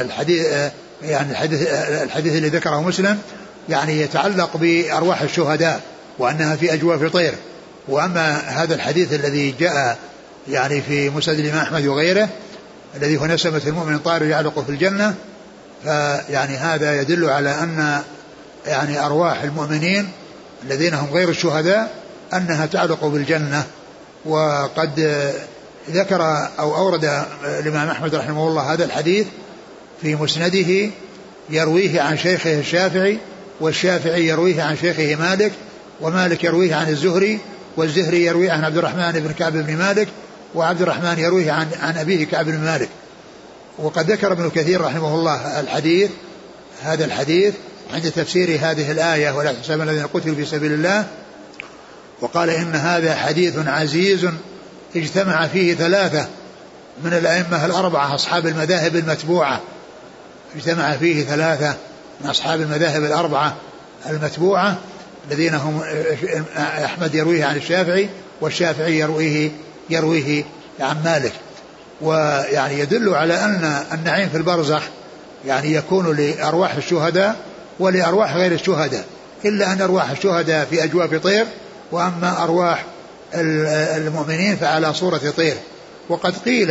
الحديث الذي ذكره مسلم يعني يتعلق بأرواح الشهداء وأنها في أجواف طير. وأما هذا الحديث الذي جاء يعني في مسند الإمام أحمد وغيره الذي هو نسمة المؤمن طائر يعلق في الجنة فيعني هذا يدل على أن يعني أرواح المؤمنين الذين هم غير الشهداء أنها تعلق بالجنة. وقد ذكر أو أورد الإمام أحمد رحمه الله هذا الحديث في مسنده يرويه عن شيخه الشافعي والشافعي يرويه عن شيخه مالك ومالك يرويه عن الزهري والزهري يرويه عن عبد الرحمن بن كعب بن مالك وعبد الرحمن يرويه عن أبيه كعب بن مالك. وقد ذكر ابن كثير رحمه الله هذا الحديث عند تفسير هذه الآية ولا تحسبن الذين قتلوا في سبيل الله وقال إن هذا حديث عزيز اجتمع فيه 3 من الأئمة الأربعة أصحاب المذاهب المتبوعة. اجتمع فيه 3 من أصحاب المذاهب الأربعة المتبوعة الذين هم أحمد يرويه عن الشافعي والشافعي يرويه عن مالك. ويعني يدل على أن النعيم في البرزخ يعني يكون لأرواح الشهداء ولأرواح غير الشهداء، إلا أن أرواح الشهداء في أجواف طير، وأما أرواح المؤمنين فعلى صورة طير. وقد قيل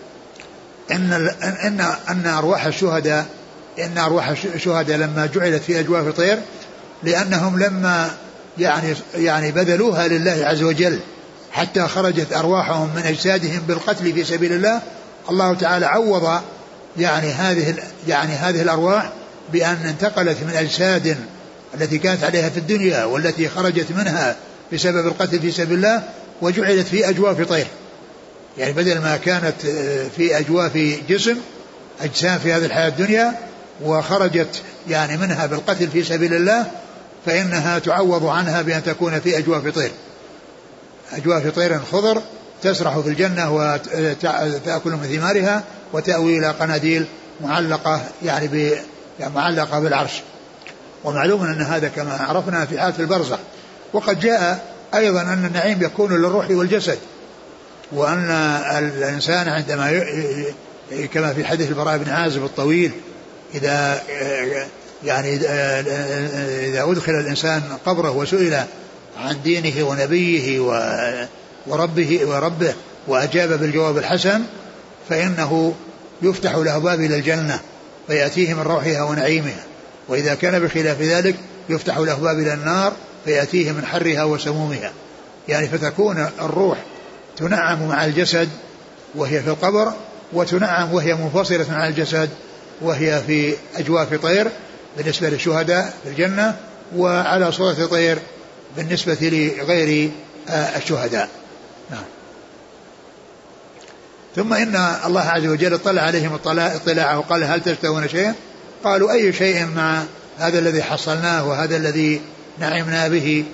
إن أرواح الشهداء لما جعلت في أجواف طير لأنهم لما يعني بذلوها لله عز وجل حتى خرجت أرواحهم من أجسادهم بالقتل في سبيل الله، الله تعالى عوض يعني هذه الأرواح بأن انتقلت من أجساد التي كانت عليها في الدنيا والتي خرجت منها بسبب القتل في سبيل الله وجعلت في أجواف طير. يعني بدل ما كانت في أجواف جسم أجسام في هذه الحياة الدنيا وخرجت يعني منها بالقتل في سبيل الله، فإنها تعوض عنها بأن تكون في أجواف طير، أجواف طير خضر تسرح في الجنة وتأكل من ثمارها وتأوي إلى قناديل معلقة معلقة بالعرش. ومعلوم أن هذا كما عرفنا في حالة البرزخ. وقد جاء أيضا أن النعيم يكون للروح والجسد، وأن الإنسان عندما كما في حديث البراء بن عازب الطويل إذا أدخل الإنسان قبره وسئل عن دينه ونبيه وربه وأجاب بالجواب الحسن فإنه يفتح له باب إلى الجنة فيأتيه من روحها ونعيمها، وإذا كان بخلاف ذلك يفتح له باب إلى النار فيأتيه من حرها وسمومها. يعني فتكون الروح تنعم مع الجسد وهي في القبر، وتنعم وهي منفصلة عن الجسد وهي في أجواف طير بالنسبة للشهداء في الجنة، وعلى صورة طير بالنسبة لغير الشهداء. نعم. ثم إن الله عز وجل اطلع عليهم اطلاعه وقال هل تشتهون شيئا؟ قالوا أي شيء مع هذا الذي حصلناه وهذا الذي نعمنا به.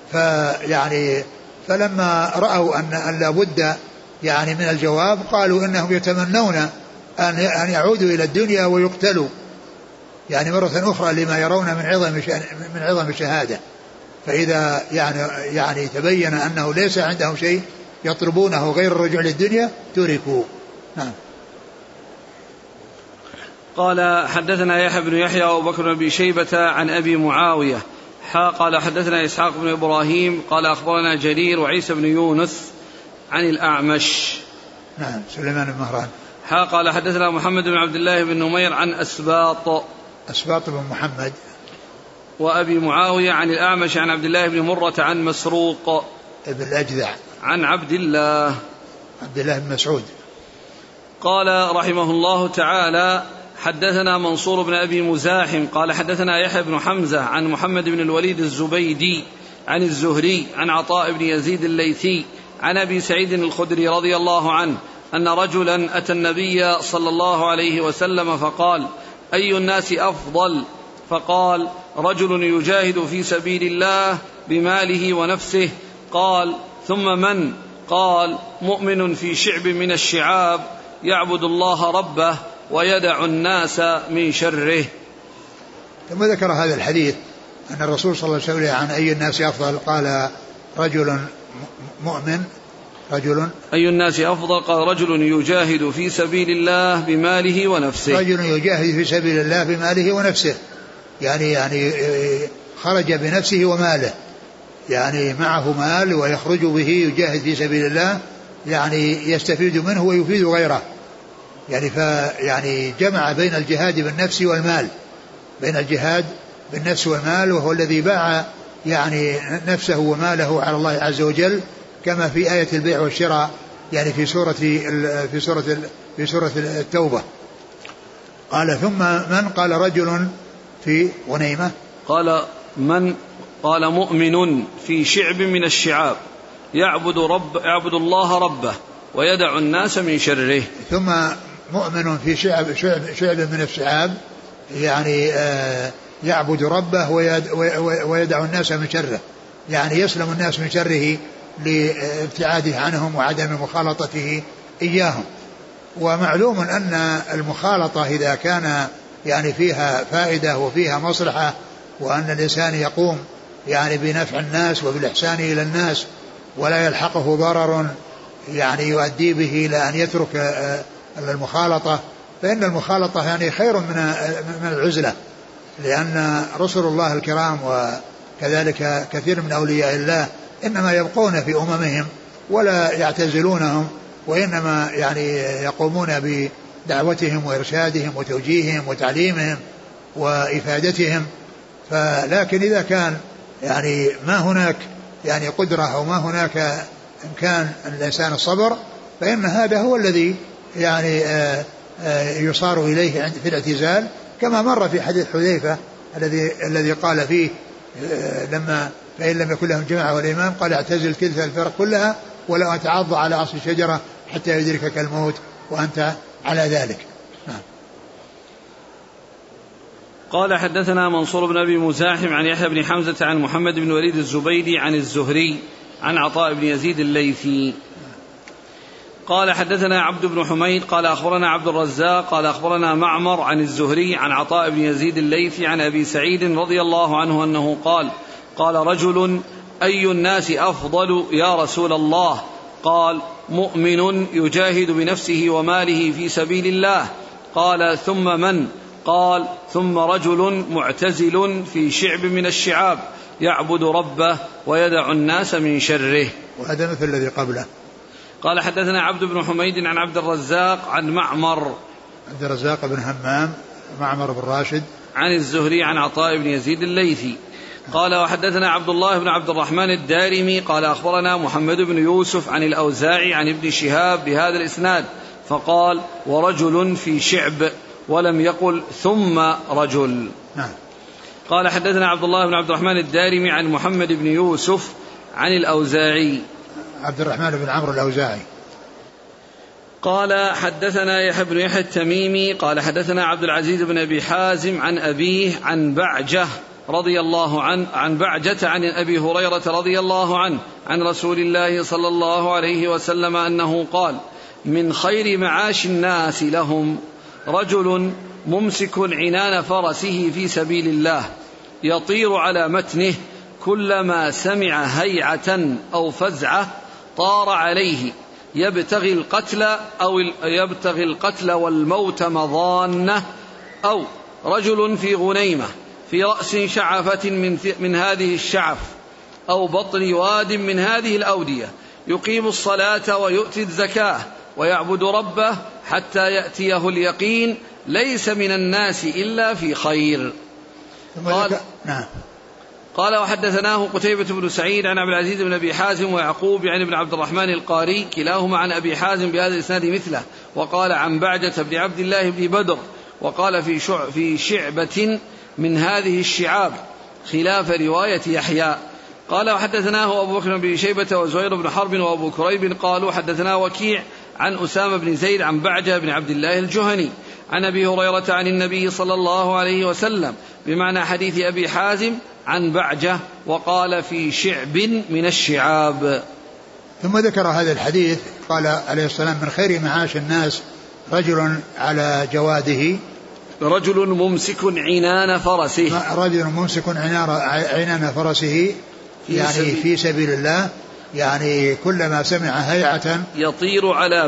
فلما رأوا أن لا بد يعني من الجواب قالوا إنهم يتمنون أن يعودوا إلى الدنيا ويقتلوا يعني مرة أخرى لما يرون من عظم الشهادة. فإذا يعني تبين أنه ليس عندهم شيء يطلبونه غير الرجوع للدنيا تركوا. نعم. قال حدثنا يحيى بن يحيى وأبو بكر بن أبي شيبة عن أبي معاوية قال حدثنا إسحاق بن إبراهيم قال أخبرنا جرير وعيسى بن يونس عن الأعمش. نعم. سليمان بن مهران. قال حدثنا محمد بن عبد الله بن نمير عن أسباط بن محمد وأبي معاوية عن الأعمش عن عبد الله بن مرة عن مسروق ابن الأجدع عن عبد الله بن مسعود. قال رحمه الله تعالى حدثنا منصور بن أبي مزاحم قال حدثنا يحيى بن حمزة عن محمد بن الوليد الزبيدي عن الزهري عن عطاء بن يزيد الليثي عن أبي سعيد الخدري رضي الله عنه أن رجلا أتى النبي صلى الله عليه وسلم فقال أي الناس أفضل؟ فقال رجل يجاهد في سبيل الله بماله ونفسه. قال ثم من؟ قال مؤمن في شعب من الشعاب يعبد الله ربه ويدع الناس من شره. ثم ذكر هذا الحديث أن الرسول صلى الله عليه وسلم عن أي الناس أفضل قال رجل مؤمن أي الناس أفضل قال رجل يجاهد في سبيل الله بماله ونفسه. رجل يجاهد في سبيل الله بماله ونفسه يعني خرج بنفسه وماله، يعني معه مال ويخرج به يجاهد في سبيل الله يعني يستفيد منه ويفيد غيره. يعني جمع بين الجهاد بالنفس والمال، بين الجهاد بالنفس والمال، وهو الذي باع يعني نفسه وماله على الله عز وجل كما في آية البيع والشراء يعني في سورة التوبة. قال ثم من؟ قال رجل في غنيمة. قال من؟ قال مؤمن في شعب من الشعاب يعبد الله ربه ويدع الناس من شره. ثم مؤمن في شعب من الشعاب يعني يعبد ربه ويدع الناس من شره، يعني يسلم الناس من شره لابتعاده عنهم وعدم مخالطته إياهم. ومعلوم أن المخالطة إذا كان يعني فيها فائدة وفيها مصلحة وأن الإنسان يقوم يعني بنفع الناس وبالإحسان إلى الناس ولا يلحقه ضرر يعني يؤدي به إلى أن يترك المخالطة، فإن المخالطة يعني خير من العزلة، لأن رسل الله الكرام وكذلك كثير من أولياء الله إنما يبقون في أممهم ولا يعتزلونهم، وإنما يعني يقومون بدعوتهم وإرشادهم وتوجيههم وتعليمهم وإفادتهم. فلكن إذا كان يعني ما هناك يعني قدرة أو ما هناك إمكان الإنسان الصبر، فإن هذا هو الذي يعني يصار إليه في الاعتزال، كما مر في حديث حذيفة الذي قال فيه لما فإن لم يكن لهم جماعة والإمام قال اعتزل تلك الفرق كلها ولا أتعض على أصل الشجرة حتى يدركك الموت وأنت على ذلك. قال حدثنا منصور بن أبي مزاحم عن يحيى بن حمزة عن محمد بن وليد الزبيدي عن الزهري عن عطاء بن يزيد الليثي قال حدثنا عبد بن حميد قال أخبرنا عبد الرزاق قال أخبرنا معمر عن الزهري عن عطاء بن يزيد الليثي عن أبي سعيد رضي الله عنه أنه قال رجل أي الناس أفضل يا رسول الله؟ قال مؤمن يجاهد بنفسه وماله في سبيل الله. قال ثم من؟ قال ثم رجل معتزل في شعب من الشعاب يعبد ربه ويدع الناس من شره. وهذا مثل الذي قبله. قال حدثنا عبد بن حميد عن عبد الرزاق عن معمر عبد الرزاق بن همام معمر بن راشد عن الزهري عن عطاء بن يزيد الليثي قال وحدثنا عبد الله بن عبد الرحمن الدارمي قال أخبرنا محمد بن يوسف عن الأوزاعي عن ابن شهاب بهذا الإسناد فقال ورجل في شعب ولم يقل ثم رجل. قال حدثنا عبد الله بن عبد الرحمن الدارمي عن محمد بن يوسف عن الأوزاعي عبد الرحمن بن عمرو الأوزاعي قال حدثنا يحيى بن يحيى التميمي قال حدثنا عبد العزيز بن أبي حازم عن أبيه عن بعجة رضي الله عنه عن بعجة عن أبي هريرة رضي الله عنه عن رسول الله صلى الله عليه وسلم أنه قال من خير معاش الناس لهم رجل ممسك عنان فرسه في سبيل الله يطير على متنه كلما سمع هيعة أو فزعة طار عليه يبتغي القتل والموت مضانة. أو رجل في غنيمة في رأس شعفة من هذه الشعف أو بطن واد من هذه الأودية يقيم الصلاة ويؤتي الزكاة ويعبد ربه حتى يأتيه اليقين ليس من الناس إلا في خير. قال وحدثناه قتيبة بن سعيد عن عبد العزيز بن أبي حازم ويعقوب يعني بن عبد الرحمن القاري كلاهما عن أبي حازم بهذا الإسناد مثله. وقال عن بعجة بن عبد الله بن بدر وقال في شعبة من هذه الشعاب خلاف رواية يحيى. قال وحدثناه أبو بكر بن شيبة وزهير بن حرب وأبو كريب قالوا حدثنا وكيع عن أسامة بن زيد عن بعجة بن عبد الله الجهني عن أبي هريرة عن النبي صلى الله عليه وسلم بمعنى حديث أبي حازم عن بعجة وقال في شعب من الشعاب. ثم ذكر هذا الحديث قال عليه السلام من خير معاش الناس رجل على جواده رجل ممسك عنان فرسه رجل ممسك عنان فرسه يعني في سبيل الله يعني كلما سمع هيعة يطير على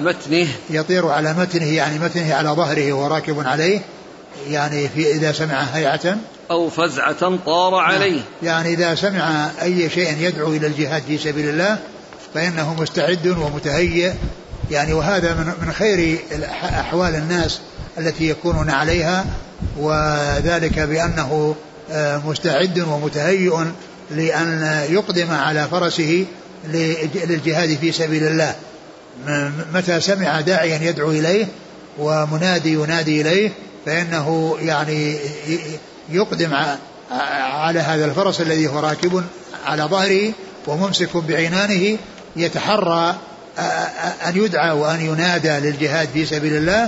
متنه يعني متنه على ظهره وراكب عليه يعني إذا سمع هيعة أو فزعة طار عليه يعني إذا سمع أي شيء يدعو إلى الجهاد في سبيل الله فإنه مستعد ومتهيئ يعني. وهذا من خير أحوال الناس التي يكونون عليها وذلك بأنه مستعد ومتهيئ لأن يقدم على فرسه للجهاد في سبيل الله متى سمع داعيا يدعو إليه ومنادي ينادي إليه فإنه يعني يقدم على هذا الفرس الذي هو راكب على ظهره وممسك بعنانه يتحرى أن يدعى وأن ينادى للجهاد في سبيل الله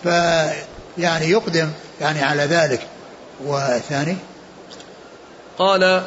فيعني يقدم يعني على ذلك. والثاني قال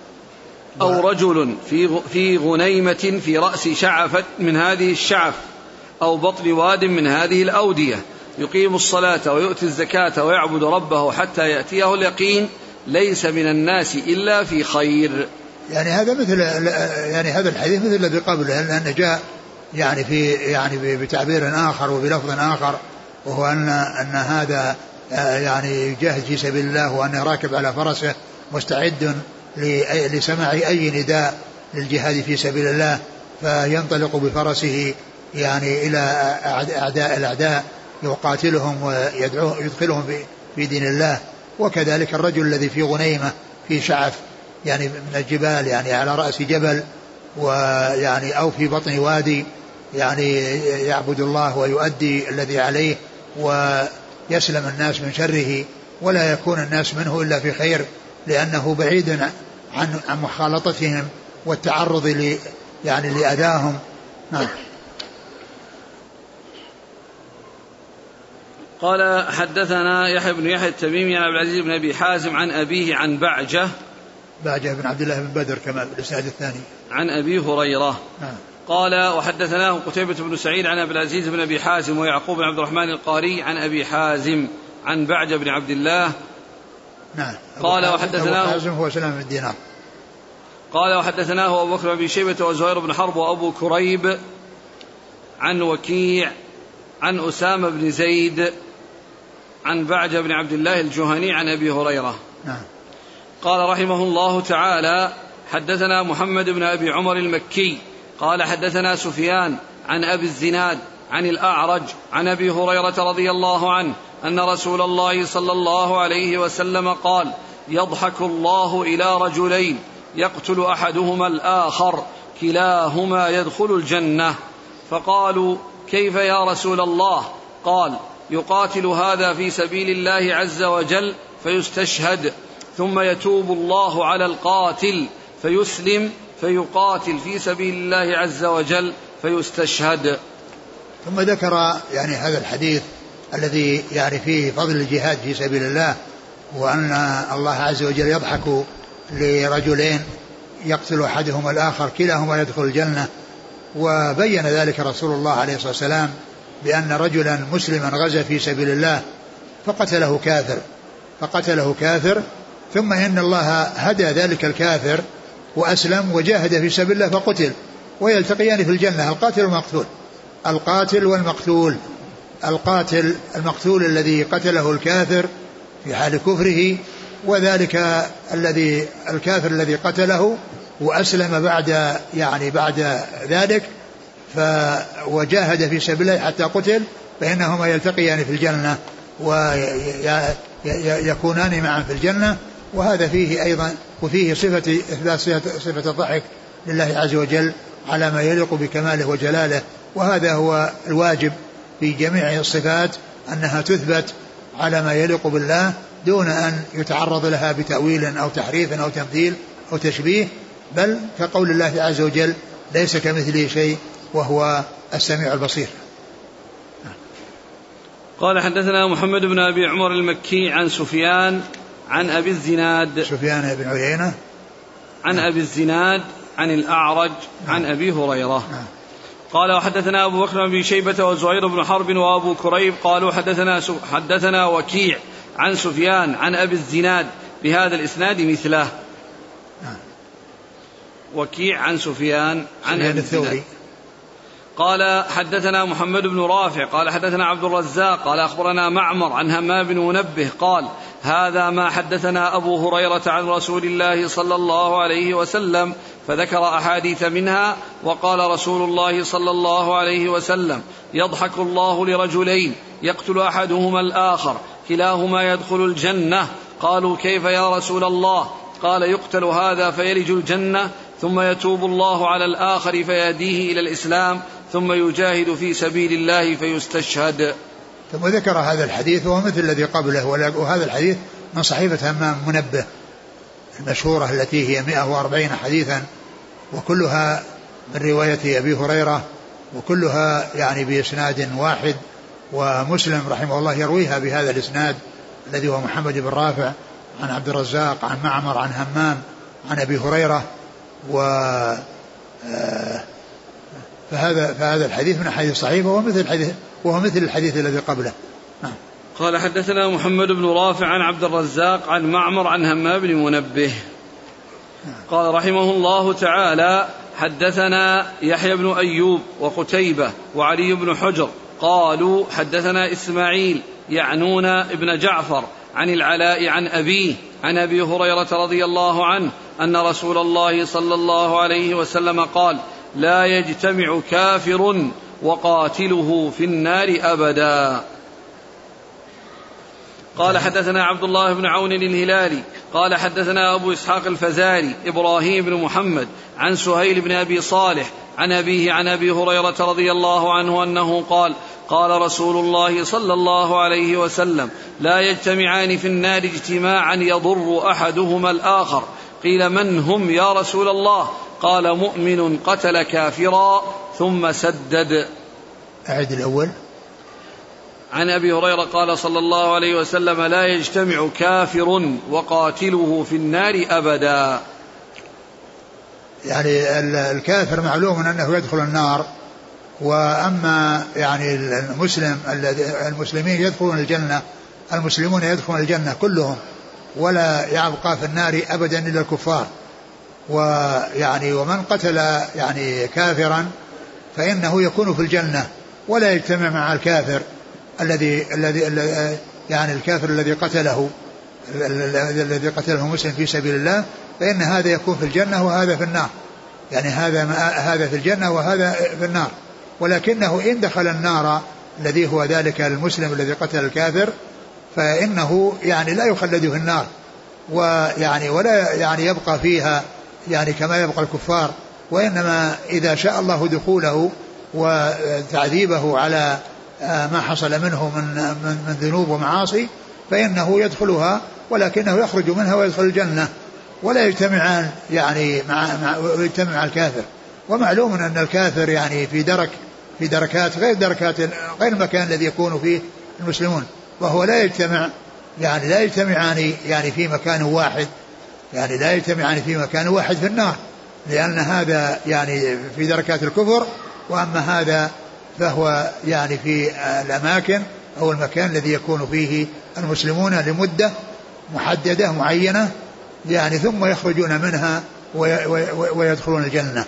أو رجل في غنيمة في رأس شعفة من هذه الشعف أو بطن واد من هذه الأودية يقيم الصلاة ويؤتي الزكاة ويعبد ربه حتى يأتيه اليقين ليس من الناس إلا في خير. يعني هذا مثل يعني هذا الحديث مثل الذي قبله، لأنه جاء يعني في يعني بتعبير آخر وبلفظ آخر، وهو أن هذا يعني جاهد في سبيل الله، وأنه راكب على فرسه مستعد لسماع أي نداء للجهاد في سبيل الله، فينطلق بفرسه يعني إلى الأعداء يقاتلهم ويدخلهم في دين الله. وكذلك الرجل الذي في غنيمة في شعف يعني من الجبال، يعني على رأس جبل، ويعني أو في بطن وادي، يعني يعبد الله ويؤدي الذي عليه ويسلم الناس من شره، ولا يكون الناس منه إلا في خير، لأنه بعيد عن مخالطتهم والتعرض يعني لأذاهم. نعم. قال حدثنا يحيى بن يحيى التميمي عن عبد العزيز بن أبي حازم عن أبيه عن بعجة بن عبد الله بن بدر كما بالإسناد الثاني عن أبي هريرة. نعم. قال وحدثناه قتيبة بن سعيد عن عبد العزيز بن أبي حازم ويعقوب بن عبد الرحمن القاري عن أبي حازم عن بعجة بن عبد الله. نعم. قال وحدثناه أبو حازم هو سلام بن دينار. قال وحدثناه أبو بكر بن شيبة وزهير بن حرب وأبو كريب عن وكيع عن أسامة بن زيد عن بعجة بن عبد الله الجهني عن أبي هريرة. نعم. قال رحمه الله تعالى حدثنا محمد بن أبي عمر المكي قال حدثنا سفيان عن أبي الزناد عن الأعرج عن أبي هريرة رضي الله عنه أن رسول الله صلى الله عليه وسلم قال يضحك الله إلى رجلين يقتل أحدهما الآخر كلاهما يدخل الجنة. فقالوا كيف يا رسول الله؟ قال يقاتل هذا في سبيل الله عز وجل فيستشهد، ثم يتوب الله على القاتل فيسلم فيقاتل في سبيل الله عز وجل فيستشهد. ثم ذكر يعني هذا الحديث الذي يعني فيه فضل الجهاد في سبيل الله، وأن الله عز وجل يضحك لرجلين يقتل أحدهما الآخر كلاهما يدخل الجنة. وبين ذلك رسول الله عليه الصلاة والسلام بأن رجلا مسلما غزا في سبيل الله فقتله كافر ثم إن الله هدى ذلك الكافر وأسلم وجاهد في سبيل الله فقتل، ويلتقيان في الجنة القاتل والمقتول. القاتل المقتول الذي قتله الكافر في حال كفره، وذلك الكافر الذي قتله وأسلم بعد ذلك وجاهد في سبيل الله حتى قتل، فإنهما يلتقيان في الجنة ويكونان معا في الجنة. وهذا فيه أيضا وفيه صفة الضحك لله عز وجل على ما يليق بكماله وجلاله. وهذا هو الواجب في جميع الصفات، أنها تثبت على ما يليق بالله دون أن يتعرض لها بتأويل أو تحريف أو تمثيل أو تشبيه، بل كقول الله عز وجل ليس كمثله شيء وهو السميع البصير. قال حدثنا محمد بن أبي عمر المكي عن سفيان عن أبي الزناد سفيان بن عيينة عن أبي الزناد عن الأعرج عن أبي هريرة. قال وحدثنا أبو بكر بن شيبة وزهير بن حرب وأبو كريب قالوا حدثنا وكيع عن سفيان عن أبي الزناد بهذا الإسناد مثله. وكيع عن سفيان عن أبي الزناد. قال حدثنا محمد بن رافع قال حدثنا عبد الرزاق قال أخبرنا معمر عن همام بن منبه قال هذا ما حدثنا أبو هريرة عن رسول الله صلى الله عليه وسلم، فذكر أحاديث منها وقال رسول الله صلى الله عليه وسلم يضحك الله لرجلين يقتل أحدهما الآخر كلاهما يدخل الجنة. قالوا كيف يا رسول الله؟ قال يقتل هذا فيلج الجنة، ثم يتوب الله على الآخر فيهديه إلى الإسلام، ثم يجاهد في سبيل الله فيستشهد. ثم ذكر هذا الحديث وهو مثل الذي قبله، وهذا الحديث من صحيفة همام منبه المشهورة التي هي 140 حديثا، وكلها من رواية أبي هريرة، وكلها يعني بإسناد واحد، ومسلم رحمه الله يرويها بهذا الإسناد الذي هو محمد بن رافع عن عبد الرزاق عن معمر عن همام عن أبي هريرة. فهذا الحديث من الحديث الصحيح وهو مثل الحديث الذي قبله. قال حدثنا محمد بن رافع عن عبد الرزاق عن معمر عن همام بن منبه قال رحمه الله تعالى حدثنا يحيى بن أيوب وقتيبة وعلي بن حجر قالوا حدثنا إسماعيل يعنون ابن جعفر عن العلاء عن أبيه عن أبي هريرة رضي الله عنه أن رسول الله صلى الله عليه وسلم قال لا يجتمع كافر وقاتله في النار أبدا. قال حدثنا عبد الله بن عون الهلالي قال حدثنا أبو إسحاق الفزاري إبراهيم بن محمد عن سهيل بن أبي صالح عن أبيه عن أبي هريرة رضي الله عنه أنه قال قال رسول الله صلى الله عليه وسلم لا يجتمعان في النار اجتماعا يضر أحدهما الآخر. قيل من هم يا رسول الله؟ قال مؤمن قتل كافرا ثم سدد. أعد الأول. عن أبي هريرة قال صلى الله عليه وسلم لا يجتمع كافر وقاتله في النار أبدا. يعني الكافر معلوم أنه يدخل النار، وأما يعني المسلمين يدخلون الجنة، المسلمون يدخلون الجنة كلهم ولا يبقى في النار أبدا إلا الكفار. ويعني ومن قتل يعني كافرا فإنه يكون في الجنة ولا يجتمع مع الكافر الذي يعني الكافر الذي قتله مسلم في سبيل الله، فإن هذا يكون في الجنة وهذا في النار، يعني هذا في الجنة وهذا في النار. ولكنه إن دخل النار الذي هو ذلك المسلم الذي قتل الكافر فإنه يعني لا يخلد في النار، ويعني ولا يعني يبقى فيها يعني كما يبقى الكفار، وإنما إذا شاء الله دخوله وتعذيبه على ما حصل منه من ذنوب ومعاصي فإنه يدخلها، ولكنه يخرج منها ويدخل الجنة ولا يجتمعان يعني مع الكافر. ومعلوم أن الكافر يعني في دركات غير المكان الذي يكون فيه المسلمون، وهو لا يجتمعان يعني في مكان واحد، يعني لا يجتمعان في مكان واحد في النار، لأن هذا يعني في دركات الكفر، وأما هذا فهو يعني في الأماكن أو المكان الذي يكون فيه المسلمون لمدة محددة معينة يعني ثم يخرجون منها ويدخلون الجنة.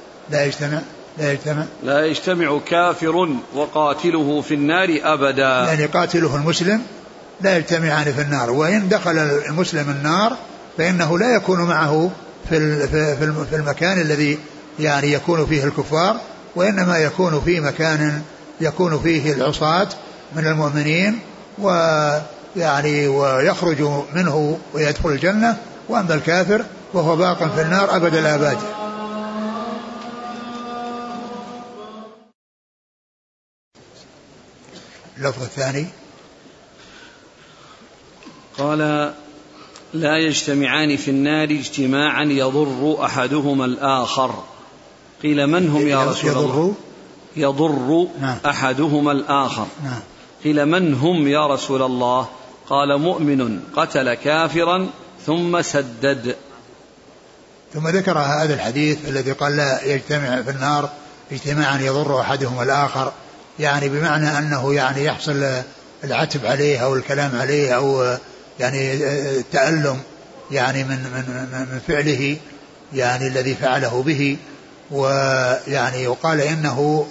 لا يجتمع كافر وقاتله في النار أبدا، يعني قاتله المسلم لا يجتمعان في النار، وإن دخل المسلم النار فإنه لا يكون معه في المكان الذي يعني يكون فيه الكفار، وإنما يكون في مكان يكون فيه العصاة من المؤمنين ويعني ويخرج منه ويدخل الجنة. وأما الكافر وهو باق في النار أبد الآباد. اللفظ الثاني قال لا يجتمعان في النار اجتماعا يضر أحدهما الآخر. قيل من هم يا رسول الله؟ يضر نعم. أحدهما الآخر نعم. قيل من هم يا رسول الله؟ قال مؤمن قتل كافرا ثم سدد. ثم ذكر هذا الحديث الذي قال لا يجتمع في النار اجتماعا يضر أحدهما الآخر، يعني بمعنى أنه يعني يحصل العتب عليه أو الكلام عليه أو يعني التألم يعني من فعله يعني الذي فعله به. ويعني يقال إنه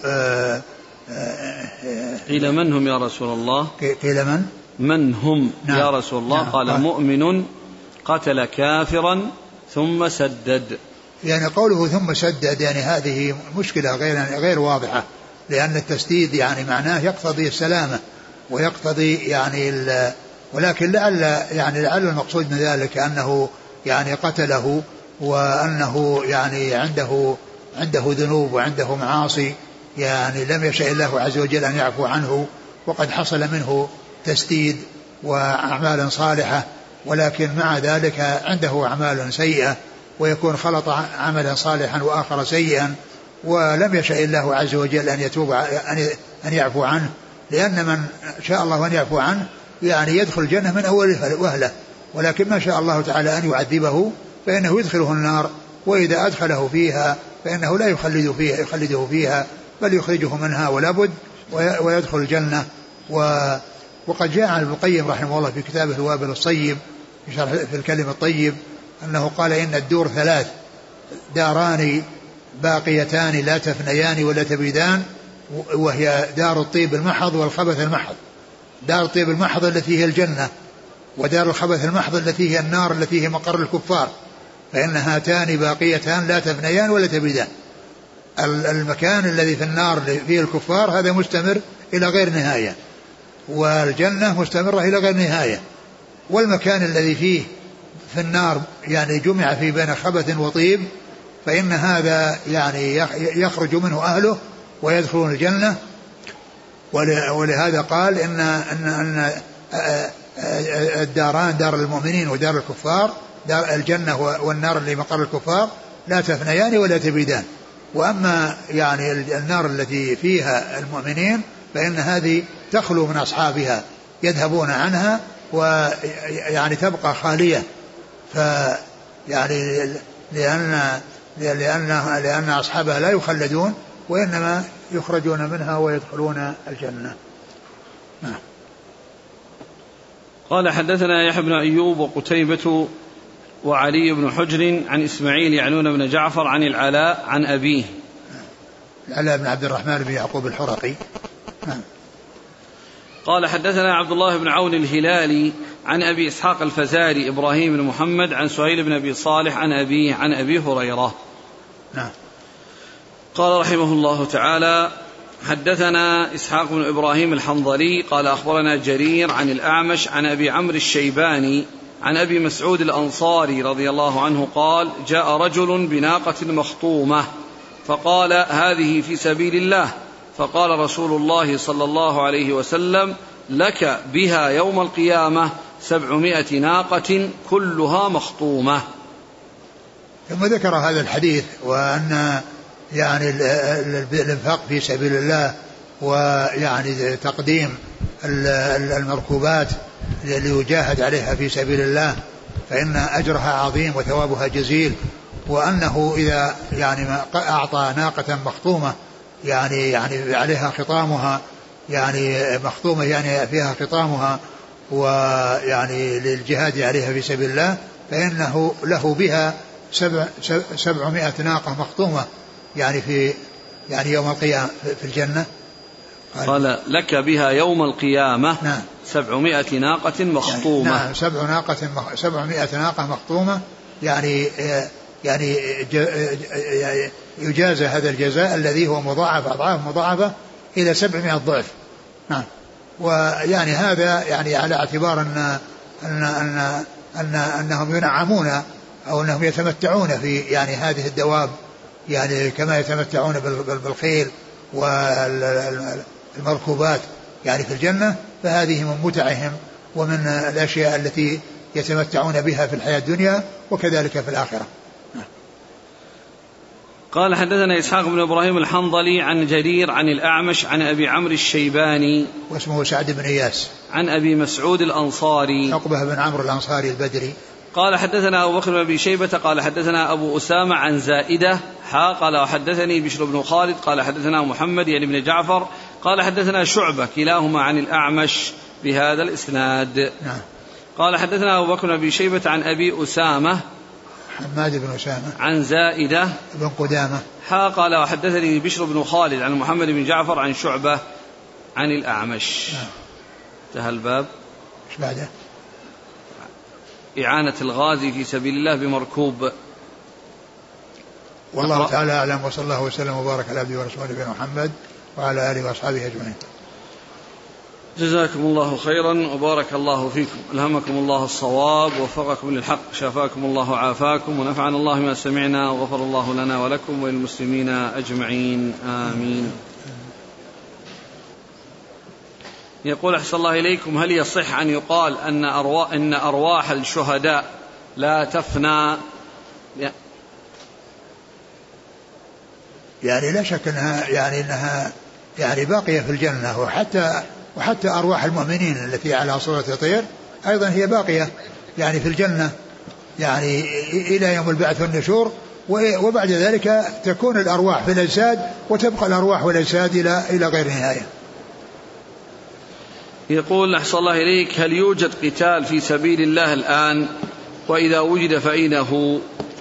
قيل من هم يا رسول الله؟ قيل من هم نعم. يا رسول الله نعم. قال مؤمن قتل كافرا ثم سدد. يعني قوله ثم سدد يعني هذه مشكلة غير واضحة، لأن التسديد يعني معناه يقتضي السلامة ويقتضي يعني ولكن لعل المقصود من ذلك أنه يعني قتله وأنه يعني عنده ذنوب وعنده معاصي يعني لم يشاء الله عز وجل أن يعفو عنه، وقد حصل منه تسديد وأعمال صالحة، ولكن مع ذلك عنده أعمال سيئة ويكون خلط عملا صالحا وآخر سيئا، ولم يشاء الله عز وجل أن يتوب أن يعفو عنه، لأن من شاء الله أن يعفو عنه يعني يدخل الجنة من أول وهلة، ولكن ما شاء الله تعالى أن يعذبه فإنه يدخله النار، وإذا أدخله فيها فإنه لا يخلده فيها بل يخرجه منها ولا بد ويدخل الجنة. وقد جاء عن ابن القيم رحمه الله في كتابه الوابل الصيب في الكلم الطيب أنه قال إن الدور 3 داران باقيتان لا تفنيان ولا تبيدان، وهي دار الطيب المحض والخبث المحض. دار الطيب المحض التي هي الجنة، ودار الخبث المحض التي هي النار التي هي مقر الكفار، فإن هاتان باقيتان لا تفنيان ولا تبيدان. المكان الذي في النار فيه الكفار هذا مستمر إلى غير نهاية، والجنة مستمرة إلى غير نهاية. والمكان الذي فيه في النار يعني جمع فيه بين خبث وطيب، فإن هذا يعني يخرج منه أهله ويدخلون الجنة. ولهذا قال إن الداران دار المؤمنين ودار الكفار، دار الجنة والنار اللي مقر الكفار لا تفنيان ولا تبيدان. وأما يعني النار التي فيها المؤمنين فإن هذه تخلو من أصحابها، يذهبون عنها ويعني تبقى خالية، فيعني لأن أصحابها لا يخلدون وإنما يخرجون منها ويدخلون الجنة. قال حدثنا يحيى بن أيوب وقتيبة وعلي بن حجر عن إسماعيل يعنون بن جعفر عن العلاء عن أبيه العلاء بن عبد الرحمن بن يعقوب الحرقي. قال حدثنا عبد الله بن عون الهلالي عن أبي إسحاق الفزاري إبراهيم بن محمد عن سهيل بن أبي صالح عن أبيه عن أبي هريرة. قال رحمه الله تعالى حدثنا إسحاق بن إبراهيم الحنظلي قال أخبرنا جرير عن الأعمش عن أبي عمرو الشيباني عن أبي مسعود الأنصاري رضي الله عنه قال جاء رجل بناقة مخطومة فقال هذه في سبيل الله، فقال رسول الله صلى الله عليه وسلم لك بها يوم القيامة 700 ناقة كلها مخطومة. ثم ذكر هذا الحديث وأن يعني الانفاق في سبيل الله ويعني تقديم المركوبات ليجاهد عليها في سبيل الله فإن أجرها عظيم وثوابها جزيل، وأنه إذا يعني أعطى ناقة مخطومة يعني عليها خطامها يعني مخطومة يعني فيها خطامها ويعني للجهاد عليها في سبيل الله فإنه له بها 700 ناقة مخطومة يعني في يعني يوم القيامة في الجنة. قال لك بها يوم القيامة 700 ناقة مخطومة. نعم 700 ناقة مخطومة يعني يجازى هذا الجزاء الذي هو مضاعف أضعاف مضاعفة إلى 700 ضعف. نعم. ويعني هذا يعني على اعتبار أنهم ينعمون أو أنهم يتمتعون في يعني هذه الدواب يعني كما يتمتعون بالخيل والمركوبات يعني في الجنة، فهذه من متعهم ومن الأشياء التي يتمتعون بها في الحياة الدنيا وكذلك في الآخرة. قال حدثنا إسحاق بن إبراهيم الحنظلي عن جرير عن الأعمش عن أبي عمرو الشيباني واسمه سعد بن إياس عن أبي مسعود الأنصاري عقبة بن عمرو الأنصاري البدري. قال حدثنا أبو بكر بن أبي شيبة قال حدثنا أبو أسامة عن زائدة قال وحدثني بشر بن خالد قال حدثنا محمد يعني بن جعفر قال حدثنا شعبة كلاهما عن الأعمش بهذا الإسناد. قال حدثنا أبو بكر بن أبي شيبة عن أبي أسامة حماد بن أسامة عن زائدة بن قدامة قال وحدثني بشر بن خالد عن محمد بن جعفر عن شعبة عن الأعمش. انتهى الباب. ايش بعده؟ إعانة الغازي في سبيل الله بمركوب. والله تعالى أعلم وصلى الله وسلم وبارك على عبده ورسوله نبينا محمد وعلى آله وأصحابه أجمعين. جزاكم الله خيرا وبارك الله فيكم، ألهمكم الله الصواب ووفقكم للحق، شافاكم الله وعافاكم، ونفعنا الله ما سمعنا وغفر الله لنا ولكم وللمسلمين أجمعين آمين. يقول أحسن الله إليكم هل يصح أن يقال أن أرواح الشهداء لا تفنى؟ يعني لا شك أنها يعني باقية في الجنة، وحتى أرواح المؤمنين التي على صورة طير أيضا هي باقية يعني في الجنة يعني إلى يوم البعث والنشور، وبعد ذلك تكون الأرواح في الأجساد وتبقى الأرواح والأجساد إلى غير نهاية. يقول أحسن الله إليك: هل يوجد قتال في سبيل الله الآن؟ وإذا وجد فأين هو؟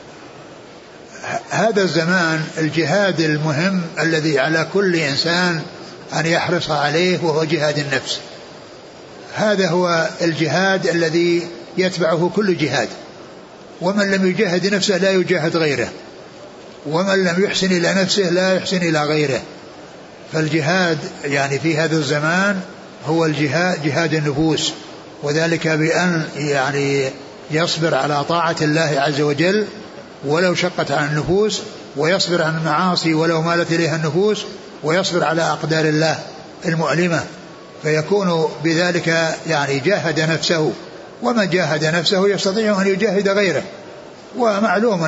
هذا الزمان الجهاد المهم الذي على كل إنسان أن يحرص عليه وهو جهاد النفس. هذا هو الجهاد الذي يتبعه كل جهاد، ومن لم يجاهد نفسه لا يجاهد غيره، ومن لم يحسن إلى نفسه لا يحسن إلى غيره. فالجهاد يعني في هذا الزمان هو جهاد النفوس، وذلك بأن يعني يصبر على طاعة الله عز وجل ولو شقت عن النفوس، ويصبر عن المعاصي ولو مالت إليها النفوس، ويصبر على أقدار الله المؤلمة، فيكون بذلك يعني جاهد نفسه. ومن جاهد نفسه يستطيع أن يجاهد غيره. ومعلوم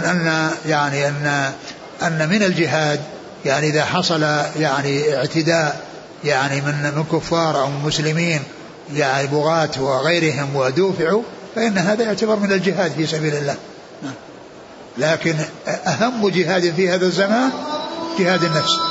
أن من الجهاد يعني إذا حصل يعني اعتداء يعني من كفار أو مسلمين يعني بغاة وغيرهم ودوفعوا، فإن هذا يعتبر من الجهاد في سبيل الله. لكن أهم جهاد في هذا الزمان جهاد النفس.